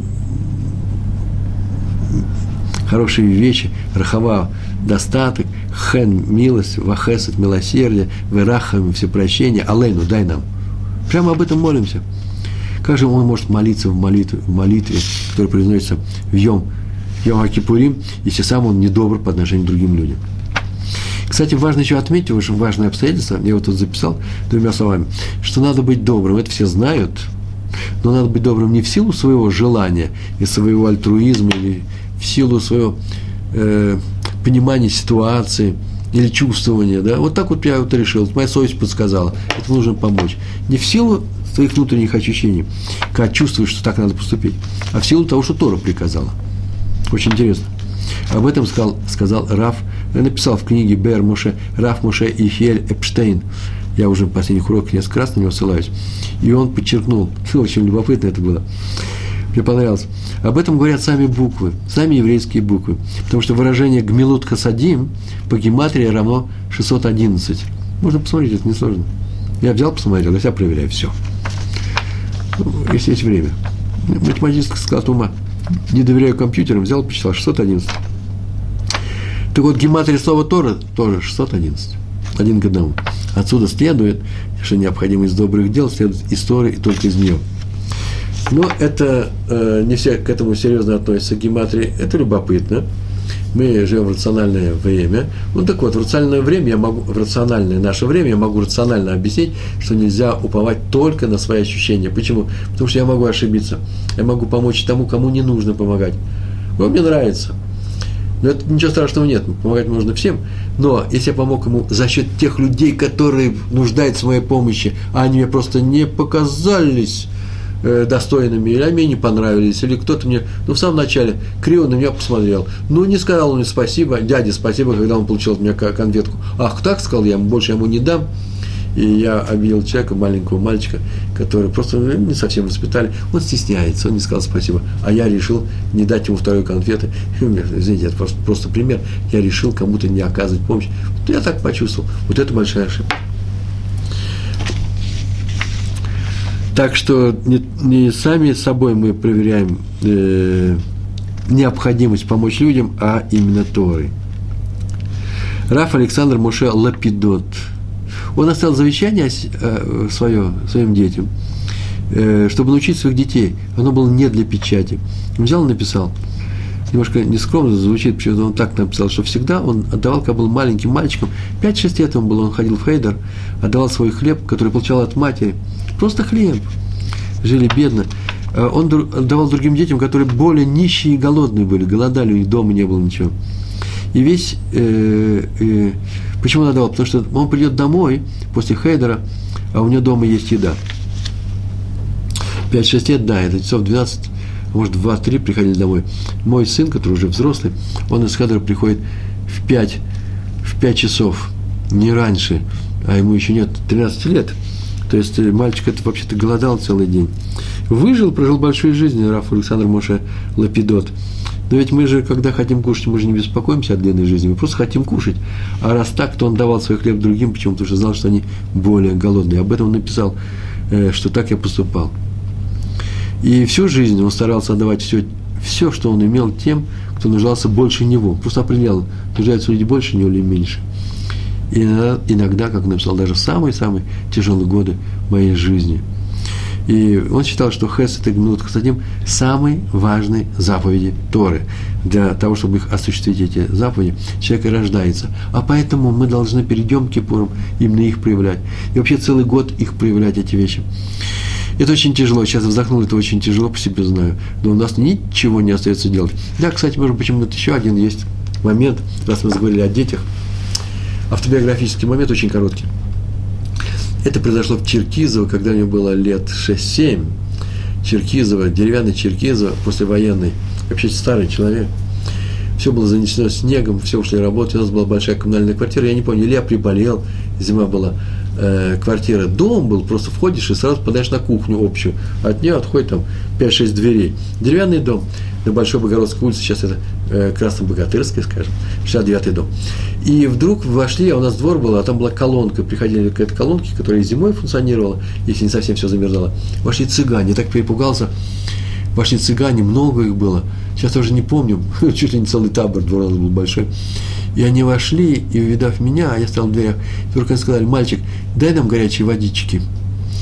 хорошие вещи, рахава, достаток, хен, милость, вахесет, милосердие, верахами, всепрощение, алейну, дай нам. Прямо об этом молимся. Как же он может молиться в молитве, в молитве, которая произносится в Йом, Йом Кипурим, если сам он недобр по отношению к другим людям? Кстати, важно еще отметить, очень важное обстоятельство, я вот тут записал двумя словами, что надо быть добрым, это все знают, но надо быть добрым не в силу своего желания и своего альтруизма, или в силу своего э, понимания ситуации, или чувствования, да, вот так вот я вот решил, моя совесть подсказала, это нужно помочь. Не в силу своих внутренних ощущений, когда чувствуешь, что так надо поступить, а в силу того, что Тора приказала. Очень интересно. Об этом сказал, сказал Рав, я написал в книге Бер Моше, Рав Моше Ихель Эпштейн. Я уже в последних уроках несколько раз на него ссылаюсь. И он подчеркнул, очень любопытно это было, мне понравилось. Об этом говорят сами буквы, сами еврейские буквы. Потому что выражение «гмилут хасадим» по гематрии равно шестьсот одиннадцать. Можно посмотреть, это несложно. Я взял, посмотрел, я себя проверяю, все. Если есть время. Математический склад ума. Не доверяю компьютерам, взял, почитал, шестьсот одиннадцать. Так вот, гематрия слова Тора тоже шестьсот одиннадцать. Один к одному. Отсюда следует, что необходимость добрых дел следует из Торы и только из нее. Но это э, не все к этому серьезно относятся, к гематрии. Это любопытно. Мы живем в рациональное время. Ну так вот, в рациональное время я могу, в рациональное наше время я могу рационально объяснить, что нельзя уповать только на свои ощущения. Почему? Потому что я могу ошибиться. Я могу помочь тому, кому не нужно помогать. Вот мне нравится. Но это ничего страшного нет, помогать можно всем. Но если я помог ему за счет тех людей, которые нуждаются в моей помощи, а они мне просто не показались э, достойными, или они мне не понравились, или кто-то мне, ну, в самом начале криво на меня посмотрел, ну, не сказал он мне спасибо, дяде спасибо, когда он получил от меня конфетку. Ах, так сказал, я ему больше ему не дам. И я обидел человека, маленького мальчика, который просто не совсем воспитали. Он стесняется, он не сказал спасибо. А я решил не дать ему второй конфеты. Извините, это просто, просто пример. Я решил кому-то не оказывать помощь. Вот я так почувствовал. Вот это большая ошибка. Так что не, не сами собой мы проверяем э, необходимость помочь людям, а именно Торой. Рав Александр Моше Лапидот. Он оставил завещание свое, своим детям, чтобы научить своих детей. Оно было не для печати. Он взял и написал. Немножко нескромно звучит, почему-то он так написал, что всегда он отдавал, когда был маленьким мальчиком, пять-шесть лет ему было, он ходил в хейдер, отдавал свой хлеб, который получал от матери. Просто хлеб. Жили бедно. Он отдавал другим детям, которые более нищие и голодные были, голодали, у них дома не было ничего. И весь... Э, э, почему он отдавал? Потому что он придет домой после хейдера, а у него дома есть еда. пять-шесть лет, да, это часов двенадцать, может, два-три приходили домой. Мой сын, который уже взрослый, он из хейдера приходит в пять, в пять часов, не раньше, а ему еще нет тринадцати лет. То есть мальчик это вообще-то голодал целый день. Выжил, прожил большую жизнь, Рав Александр Моше Лапидот. Но ведь мы же, когда хотим кушать, мы же не беспокоимся о длинной жизни, мы просто хотим кушать. А раз так, то он давал свой хлеб другим, почему? Потому что знал, что они более голодные. Об этом он написал, что так я поступал. И всю жизнь он старался отдавать все, все, что он имел тем, кто нуждался больше него. Просто определял, нуждаются люди больше него или меньше. И иногда, иногда, как он написал, даже в самые-самые тяжелые годы моей жизни. И он считал, что хесед и гмилут хасадим – самые важные заповеди Торы. Для того, чтобы их осуществить, эти заповеди, человек и рождается. А поэтому мы должны перед Йом Кипуром именно их проявлять. И вообще целый год их проявлять, эти вещи. Это очень тяжело. Сейчас вздохнул, это очень тяжело, по себе знаю. Но у нас ничего не остается делать. Да, кстати, может, почему-то еще один есть момент, раз мы заговорили о детях. Автобиографический момент очень короткий. Это произошло в Черкизово, когда мне было лет шесть-семь. Черкизово, деревянный Черкизово, послевоенный. Вообще старый человек. Все было занесено снегом, все ушли работать. У нас была большая коммунальная квартира. Я не помню, или я приболел, зима была. Э, квартира, дом был, просто входишь и сразу подаешь на кухню общую. От нее отходит там пять-шесть дверей. Деревянный дом на Большой Богородской улице, сейчас это э, Красно-Богатырская, скажем, шестьдесят девятый дом. И вдруг вошли, а у нас двор был, а там была колонка, приходили к этой колонке, которая зимой функционировала, если не совсем все замерзало. Вошли цыгане, я так перепугался. Вошли цыгане, много их было. Сейчас я уже не помню, чуть ли не целый табор, двор у нас был большой. И они вошли, и, увидав меня, а я стоял в дверях, только они сказали: мальчик, дай нам горячей водички.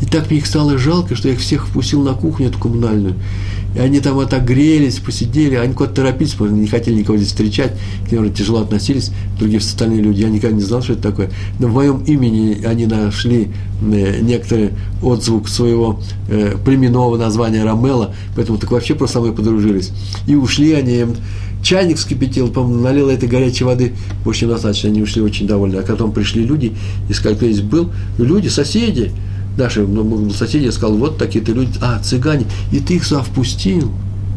И так мне их стало жалко, что я их всех впустил на кухню эту коммунальную. И они там отогрелись, посидели, они куда-то торопились, потому что не хотели никого здесь встречать, к ним тяжело относились, другие остальные люди. Я никогда не знал, что это такое. Но в моем имени они нашли некоторый отзвук своего э, племенного названия Ромела, поэтому так вообще просто со мной подружились. И ушли они, чайник вскипятил, по-моему, налил этой горячей воды, больше чем достаточно, они ушли очень довольны. А потом пришли люди, и сказали, кто здесь был, люди, соседи, наши ну, соседи, я сказал, вот такие-то люди, а, цыгане, и ты их сюда впустил.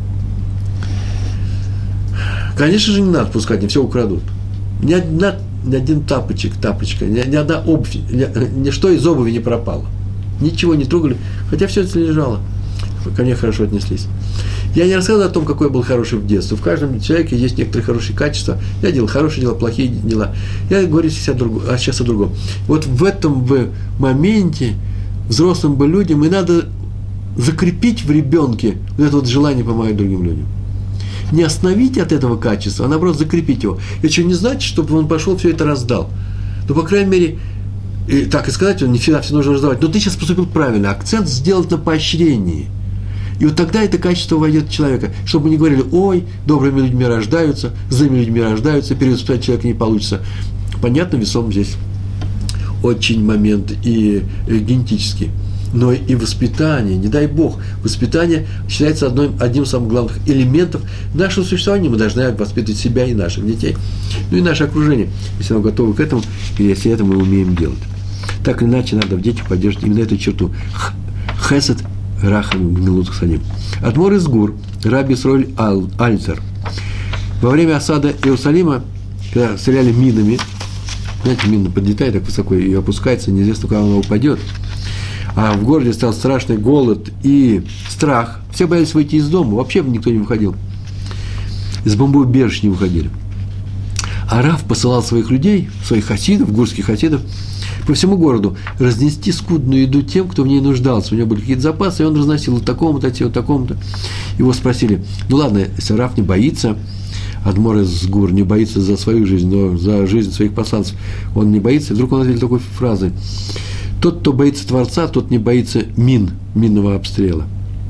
Конечно же, не надо пускать, не все украдут. Ни, одна, ни один тапочек, тапочка, ни, ни одна обувь, ни, ничто из обуви не пропало. Ничего не трогали, хотя все это лежало. Ко мне хорошо отнеслись. Я не рассказываю о том, какой я был хороший в детстве. В каждом человеке есть некоторые хорошие качества. Я делал хорошие дела, плохие дела. Я говорю сейчас о другом. А сейчас о другом. Вот в этом в моменте взрослым бы людям и надо закрепить в ребенке вот это вот желание помогать другим людям. Не остановить от этого качества, а наоборот закрепить его. Это что не значит, чтобы он пошел все это раздал. Но, по крайней мере, и так и сказать, он не всегда все нужно раздавать. Но ты сейчас поступил правильно. Акцент сделать на поощрении. И вот тогда это качество войдет в человека. Чтобы мы не говорили, ой, добрыми людьми рождаются, злыми людьми рождаются, перевоспитать человека не получится. Понятно, весом здесь очень момент и, и генетический. Но и воспитание, не дай Бог, воспитание считается одной, одним из самых главных элементов нашего существования. Мы должны воспитывать себя и наших детей, ну и наше окружение, если мы готовы к этому, и если это мы умеем делать. Так или иначе, надо в детях поддерживать именно эту черту. Хесед рахам гмилут хсаним. Адмор из Гур, Раби Исроэль Альтер. Во время осады Иерусалима, когда стреляли минами, знаете, мина подлетает так высоко и опускается, неизвестно, куда она упадет. А в городе стал страшный голод и страх. Все боялись выйти из дома, вообще никто не выходил. Из бомбоубежищ не выходили. А Рав посылал своих людей, своих хасидов, гурских хасидов, по всему городу разнести скудную еду тем, кто в ней нуждался. У него были какие-то запасы, и он разносил вот такому-то, вот такому-то. Его спросили, ну ладно, если Рав не боится, Адмор из Гур не боится за свою жизнь, но за жизнь своих посланцев он не боится. И вдруг он ответил такой фразой: тот, кто боится Творца, тот не боится мин, минного обстрела.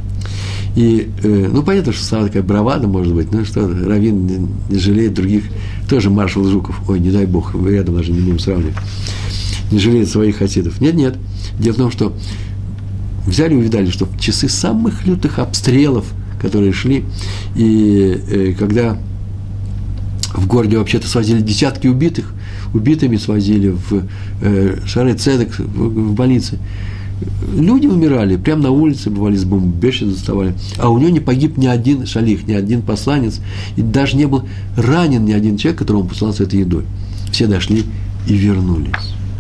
И, э, ну, понятно, что самая такая бравада, может быть, ну, что раввин не, не жалеет других, тоже маршал Жуков, ой, не дай Бог, вы рядом даже не будем сравнивать, не жалеет своих хасидов. Нет, нет, дело в том, что взяли и увидали, что в часы самых лютых обстрелов, которые шли, и э, когда в городе вообще-то свозили десятки убитых, убитыми свозили в э, Шарей Цедек, в, в больнице. Люди умирали, прямо на улице бывали, с бомбежища заставали. А у него не погиб ни один шалих, ни один посланец, и даже не был ранен ни один человек, которому он послал с этой едой. Все дошли и вернулись.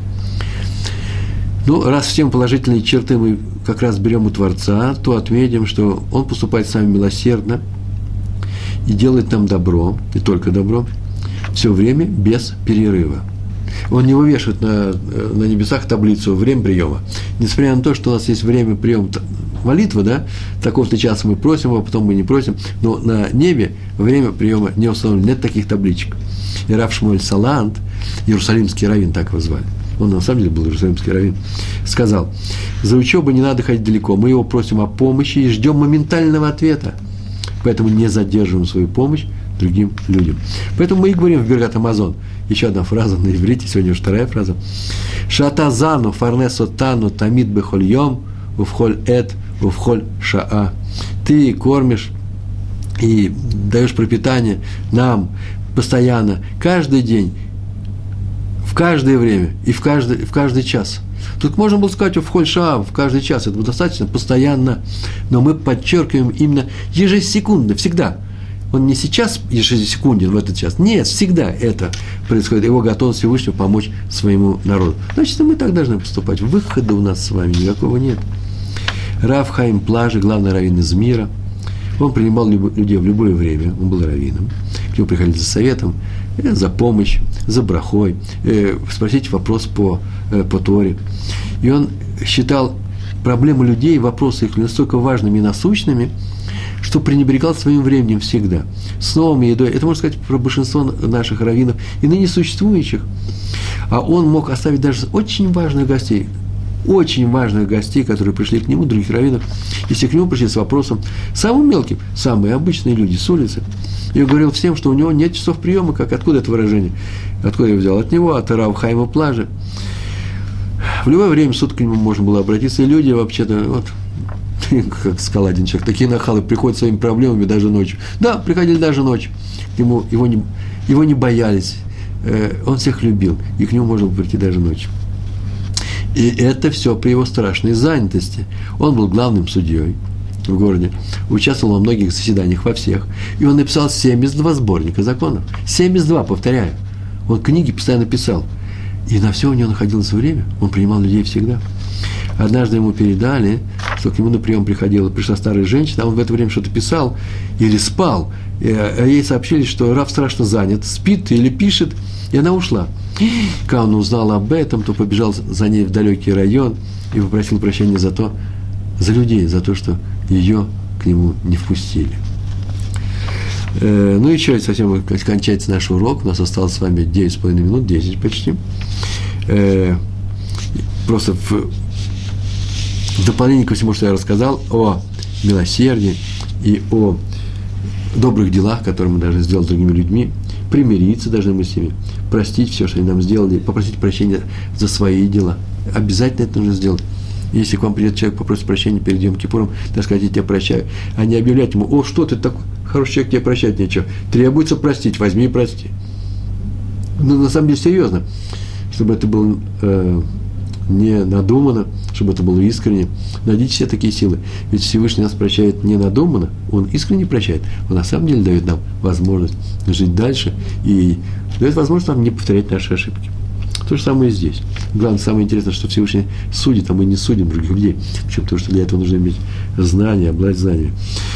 Ну, раз все положительные черты мы как раз берем у Творца, то отметим, что он поступает с нами милосердно и делает нам добро, не только добро, все время без перерыва. Он не вывешивает на, на небесах таблицу время приема. Несмотря на то, что у нас есть время приема молитвы, да, в таком-то час мы просим, а потом мы не просим, но на небе время приема не установлено, нет таких табличек. И Рав Шмуэль Салант, иерусалимский раввин, так его звали, он на самом деле был иерусалимский раввин, сказал: за учебой не надо ходить далеко, мы его просим о помощи и ждем моментального ответа, поэтому не задерживаем свою помощь другим людям. Поэтому мы и говорим в Биргат Амазон. Еще одна фраза на иврите, сегодня уже вторая фраза. Шатазану фарнесотану тамид бехоль йом увхоль эт увхоль шаа. Ты кормишь и даешь пропитание нам постоянно, каждый день, в каждое время и в каждый, в каждый час. Тут можно было сказать увхоль шаа, в каждый час, это достаточно, постоянно, но мы подчеркиваем именно ежесекундно, всегда. Он не сейчас ежесекунден в этот час. Нет, всегда это происходит. Его готовность Всевышнего помочь своему народу. Значит, мы так должны поступать. Выхода у нас с вами никакого нет. Рав Хаим Плажи, главный раввин из мира, он принимал людей в любое время. Он был раввином. К нему приходили за советом, за помощью, за брахой, спросить вопрос по, по Торе. И он считал проблемы людей, вопросы их настолько важными и насущными, что пренебрегал своим временем всегда. С новыми едой. Это можно сказать про большинство наших раввинов и ныне существующих. А он мог оставить даже очень важных гостей. очень важных гостей, которые пришли к нему, других раввинов. Если к нему пришли с вопросом, самым мелким, самые обычные люди с улицы, и он говорил всем, что у него нет часов приема, как откуда это выражение? Откуда я взял? От него, от Рав Хаима Плажа. В любое время суток к нему можно было обратиться, и люди вообще-то, вот, как сказал один человек, такие нахалы приходят своими проблемами даже ночью. Да, приходили даже ночью. К нему, его, не, его не боялись, он всех любил, и к нему можно было прийти даже ночью. И это все при его страшной занятости. Он был главным судьей в городе, участвовал во многих заседаниях, во всех, и он написал семьдесят два сборника законов. семьдесят два, повторяю. Он книги постоянно писал. И на все у него находилось время, он принимал людей всегда. Однажды ему передали, что к нему на прием приходила, пришла старая женщина, а он в это время что-то писал или спал, а ей сообщили, что Рав страшно занят, спит или пишет, и она ушла. Когда он узнал об этом, то побежал за ней в далекий район и попросил прощения за то, за людей, за то, что ее к нему не впустили. Ну, еще совсем кончается наш урок. У нас осталось с вами девять с половиной минут, десять почти. Просто в, в дополнение ко всему, что я рассказал о милосердии и о добрых делах, которые мы должны сделать с другими людьми, примириться должны мы с ними, простить все, что они нам сделали, попросить прощения за свои дела. Обязательно это нужно сделать. Если к вам придет человек, попросит прощения перед Йом Кипуром, так сказать, я тебя прощаю, а не объявлять ему: о, что ты такой хороший человек, тебе прощать нечего. Требуется простить, возьми и прости. Ну, на самом деле, серьезно, чтобы это было э, не надуманно, чтобы это было искренне. Найдите себе такие силы. Ведь Всевышний нас прощает не надуманно, Он искренне прощает. Он на самом деле дает нам возможность жить дальше и дает возможность нам не повторять наши ошибки. То же самое и здесь. Главное, самое интересное, что Всевышний судит, а мы не судим других людей. Почему? Потому что для этого нужно иметь знания, обладать знаниями.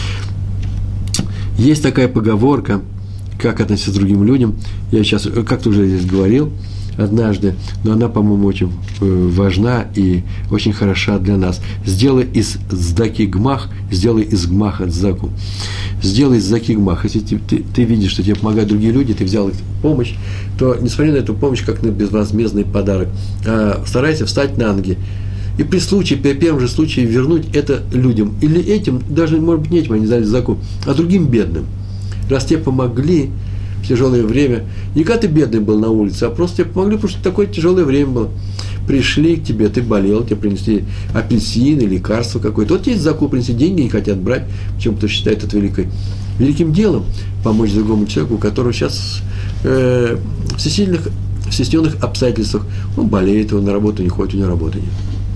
Есть такая поговорка, как относиться к другим людям. Я сейчас как-то уже здесь говорил однажды, но она, по-моему, очень важна и очень хороша для нас. Сделай из цдаки гмах, сделай из гмаха цдаку. Сделай из цдаки гмах. Если ты, ты, ты видишь, что тебе помогают другие люди, ты взял их помощь, то не смотри на эту помощь как на безвозмездный подарок, а старайся встать на ноги. И при случае, при первом же случае вернуть это людям. Или этим, даже, может быть, не этим, они дали цдаку, а другим бедным. Раз тебе помогли в тяжелое время, не когда ты бедный был на улице, а просто тебе помогли, потому что такое тяжелое время было. Пришли к тебе, ты болел, тебе принесли апельсин или лекарство какое-то. Вот тебе цдаку принесли, деньги не хотят брать, почему-то считают это великой, великим делом помочь другому человеку, у которого сейчас э, в всесильных, в стесненных обстоятельствах он болеет, он на работу не ходит, у него работы нет.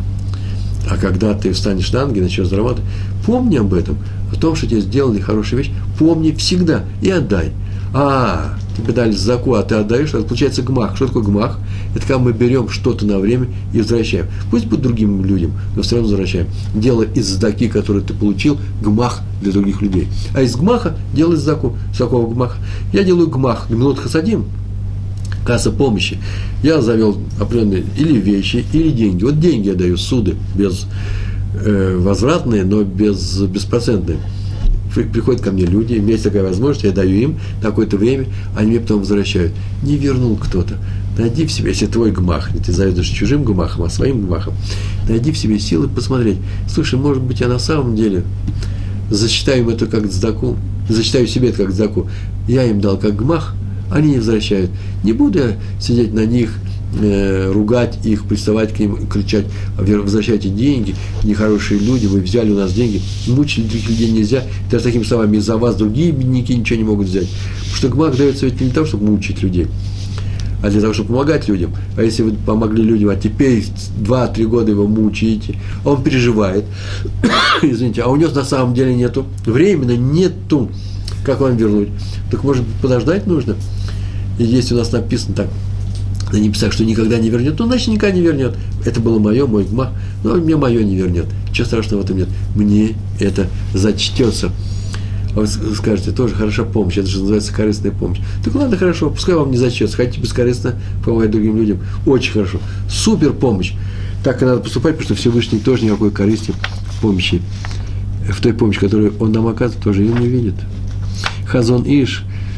А когда ты встанешь на ноги, начнешь зарабатывать, помни об этом, о том, что тебе сделали хорошую вещь, помни всегда и отдай. А, тебе дали цдаку, а ты отдаешь, это получается гмах. Что такое гмах? Это когда мы берем что-то на время и возвращаем. Пусть будет другим людям, но все равно возвращаем. Делай из цдаки, которую ты получил, гмах для других людей. А из гмаха делай цдаку. С какого гмаха? Я делаю гмах, гмилот хасадим, касса помощи. Я завел определенные или вещи, или деньги. Вот деньги я даю, суды, без, э, возвратные, но без, беспроцентные. Приходят ко мне люди, у меня есть такая возможность, я даю им на какое-то время, они мне потом возвращают. Не вернул кто-то. Найди в себе, если твой гмах, не ты заведешь чужим гмахом, а своим гмахом, найди в себе силы посмотреть. Слушай, может быть, я на самом деле зачитаю им это как цдаку, зачитаю себе это как цдаку. Я им дал как гмах, они не возвращают. Не буду я сидеть на них, э, ругать их, приставать к ним, кричать: возвращайте деньги, нехорошие люди, вы взяли у нас деньги. Мучить других людей нельзя. Даже такими словами: из-за вас другие бедняки ничего не могут взять. Потому что гмах дается ведь не для того, чтобы мучить людей, а для того, чтобы помогать людям. А если вы помогли людям, а теперь два-три года его мучаете, а он переживает, извините, а у него на самом деле нету, временно нету, как вам вернуть, так, может быть, подождать нужно. И если у нас написано так, на небесах, что никогда не вернет, ну, значит, никогда не вернет. Это было мое, мой гмах, но мне мое не вернет. Ничего страшного в этом нет. Мне это зачтется. А вы скажете, тоже хороша помощь, это же называется корыстная помощь. Так ладно, хорошо, пускай вам не зачтется. Хотите бескорыстно помогать другим людям. Очень хорошо. Супер помощь. Так и надо поступать, потому что Всевышний тоже никакой корысти в помощи, в той помощи, которую он нам оказывает, тоже ее не видит. Хазон Иш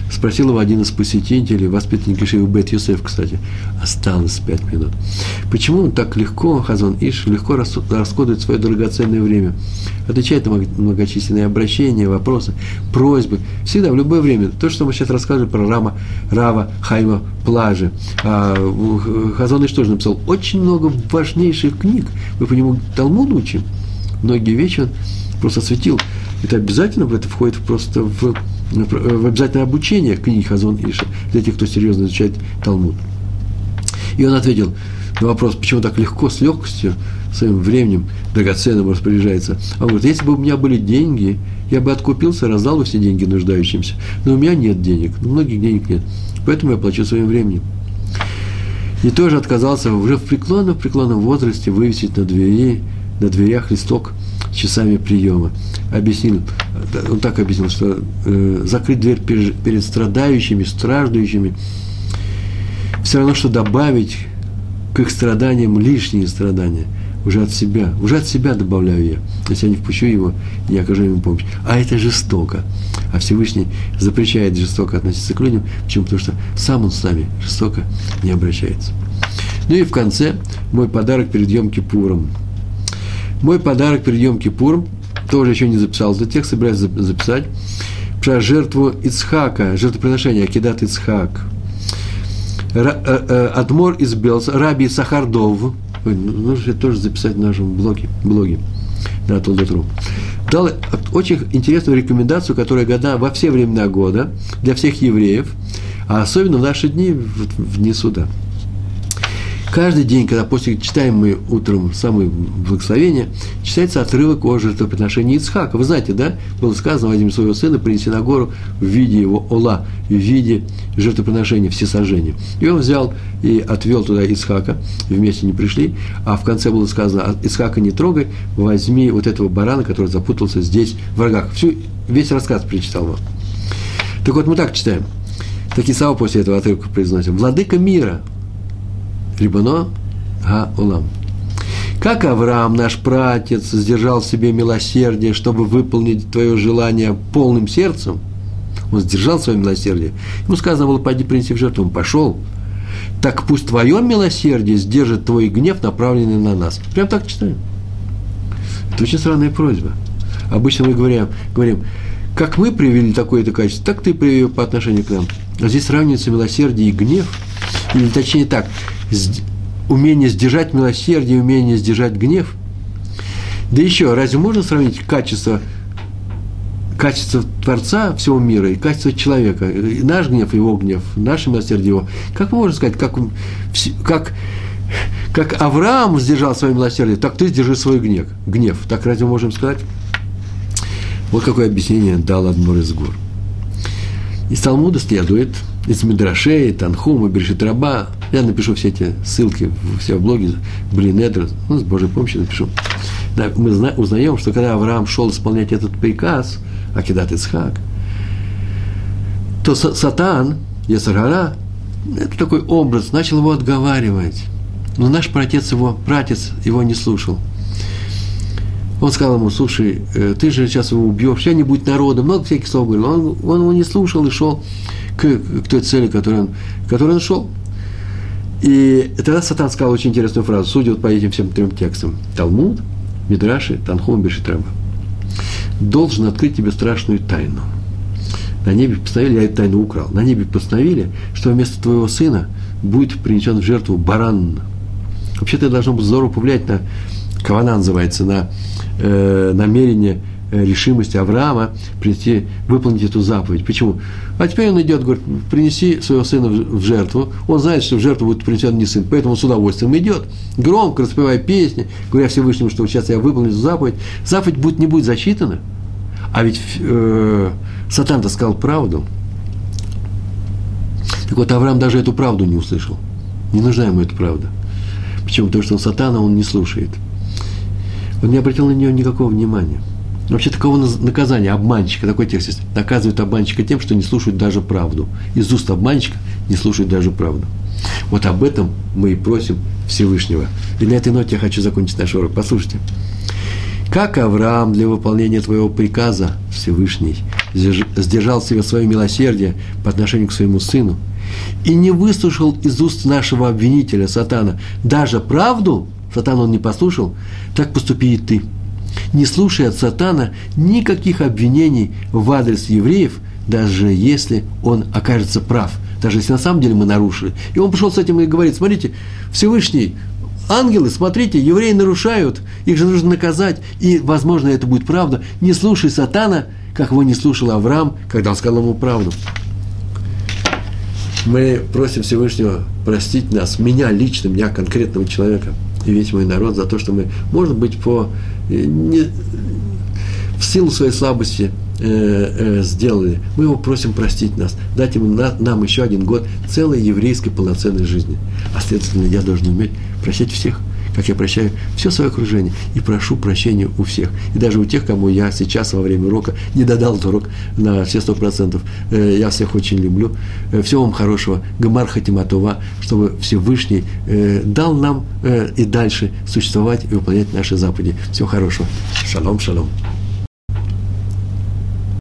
Спросил его один из посетителей, воспитанник Ешивы Бет Йосеф, кстати, осталось пять минут. Почему он так легко, Хазон Иш, легко расходует свое драгоценное время? Отвечает на многочисленные обращения, вопросы, просьбы. Всегда, в любое время. То, что мы сейчас рассказывали про Рама, Рава Хайма Плажи. А Хазон Иш тоже написал очень много важнейших книг. Мы по нему Талмуд учим. Многие вещи он просто осветил. Это обязательно, это входит просто в, в обязательное обучение книг Хазон Иша для тех, кто серьезно изучает Талмуд. И он ответил на вопрос, почему так легко, с легкостью, своим временем драгоценным распоряжается. А он говорит, если бы у меня были деньги, я бы откупился, раздал бы все деньги нуждающимся. Но у меня нет денег, у многих денег нет. Поэтому я плачу своим временем. И тоже отказался уже в преклонном, в преклонном возрасте вывесить на двери, на дверях листок с часами приема. Объяснил, он так объяснил, что э, закрыть дверь перед, перед страдающими, страждущими, все равно, что добавить к их страданиям лишние страдания. Уже от себя, уже от себя добавляю я, если я не впущу его, не окажу ему помощь. А это жестоко. А Всевышний запрещает жестоко относиться к людям. Почему? Потому что сам он с нами жестоко не обращается. Ну и в конце мой подарок перед Йом-Кипуром. Мой подарок перед Йом-Кипуром, тоже еще не записал этот текст, собираюсь записать, про жертву Ицхака, жертвоприношение, Акидат Ицхак. Адмор из Белца, Раби Сахардов, нужно тоже записать в нашем блоге, блоге на Толдот.ру, дал очень интересную рекомендацию, которая годна во все времена года для всех евреев, а особенно в наши дни, в, в дни суда. Каждый день, когда после читаем мы утром самое благословение, читается отрывок о жертвоприношении Ицхака. Вы знаете, да? Было сказано, возьми своего сына, принеси на гору в виде его ола, в виде жертвоприношения, всесожжения. И он взял и отвел туда Ицхака, вместе не пришли, а в конце было сказано, Ицхака не трогай, возьми вот этого барана, который запутался здесь в рогах. Всю, весь рассказ перечитал вам. Так вот, мы так читаем. Такие слова после этого отрывка произносим. Владыка мира, Рибоно га-олам. Как Авраам, наш пратец, сдержал в себе милосердие, чтобы выполнить твое желание полным сердцем, он сдержал свое милосердие. Ему сказано было, пойди принеси в жертву, он пошел. Так пусть твое милосердие сдержит твой гнев, направленный на нас. Прям так читаем. Это очень странная просьба. Обычно мы говорим, говорим как мы привели такое-то качество, так ты привел по отношению к нам. А здесь сравнивается милосердие и гнев. Или точнее так, умение сдержать милосердие, умение сдержать гнев. Да еще, разве можно сравнить качество, качество Творца всего мира и качество человека? И наш гнев, его гнев, наше милосердие его. Как можно сказать, как, как, как Авраам сдержал свое милосердие, так ты сдержи свой гнев. гнев. Так разве мы можем сказать? Вот какое объяснение дал Адмор из гор. Из Талмуда следует, из Мидрашей, Танхума, Берешит Раба. Я напишу все эти ссылки, все в блоге, Блинедр, ну, с Божьей помощью напишу. Да, мы зна- узнаем, что когда Авраам шел исполнять этот приказ, Акидат Ицхак, то Сатан, Йецер Гара, это такой образ, начал его отговаривать. Но наш праотец его, праотец его не слушал. Он сказал ему, слушай, ты же сейчас его убьешь, я не будь народа, много всяких слов говорил. Он, он его не слушал и шел к, к той цели, к которой он, к которой он шел. И тогда Сатан сказал очень интересную фразу, судя вот по этим всем трем текстам. Талмуд, Мидраши, Танхум, Берешит Раба. Должен открыть тебе страшную тайну. На небе постановили, я эту тайну украл, на небе постановили, что вместо твоего сына будет принесен в жертву баран. Вообще-то это должно быть здорово повлиять на, кавана называется, на э, намерение, э, решимость Авраама принести, выполнить эту заповедь. Почему? А теперь он идет, говорит, принеси своего сына в, в жертву. Он знает, что в жертву будет принесен не сын, поэтому он с удовольствием идет, громко распевая песни, говоря Всевышнему, что сейчас я выполню эту заповедь. Заповедь будет, не будет засчитана. А ведь э, Сатан-то сказал правду. Так вот, Авраам даже эту правду не услышал. Не нужна ему эта правда. Почему? Потому что он Сатана, он не слушает. Он не обратил на нее никакого внимания. Вообще такого наказания, обманщика, такой текст есть, наказывает обманщика тем, что не слушает даже правду. Из уст обманщика не слушает даже правду. Вот об этом мы и просим Всевышнего. И на этой ноте я хочу закончить наш урок. Послушайте. Как Авраам для выполнения твоего приказа, Всевышний, сдержал себя свое милосердие по отношению к своему сыну и не выслушал из уст нашего обвинителя, Сатана, даже правду, Сатана он не послушал, так поступи и ты. Не слушай от Сатана никаких обвинений в адрес евреев, даже если он окажется прав, даже если на самом деле мы нарушили. И он пришел с этим и говорит: смотрите, Всевышний, ангелы, смотрите, евреи нарушают, их же нужно наказать, и, возможно, это будет правда. Не слушай Сатана, как его не слушал Авраам, когда он сказал ему правду. Мы просим Всевышнего простить нас, меня лично, меня конкретного человека, и весь мой народ, за то, что мы, может быть, по, не, в силу своей слабости э, э, сделали. Мы его просим простить нас, дать ему, на, нам еще один год целой еврейской полноценной жизни. А следовательно, я должен уметь прощать всех, как я прощаю все свое окружение, и прошу прощения у всех. И даже у тех, кому я сейчас во время урока не додал этот урок на все сто процентов. Я всех очень люблю. Всего вам хорошего. Гамар хатима това, чтобы Всевышний дал нам и дальше существовать и выполнять наши заповеди. Всего хорошего. Шалом, шалом.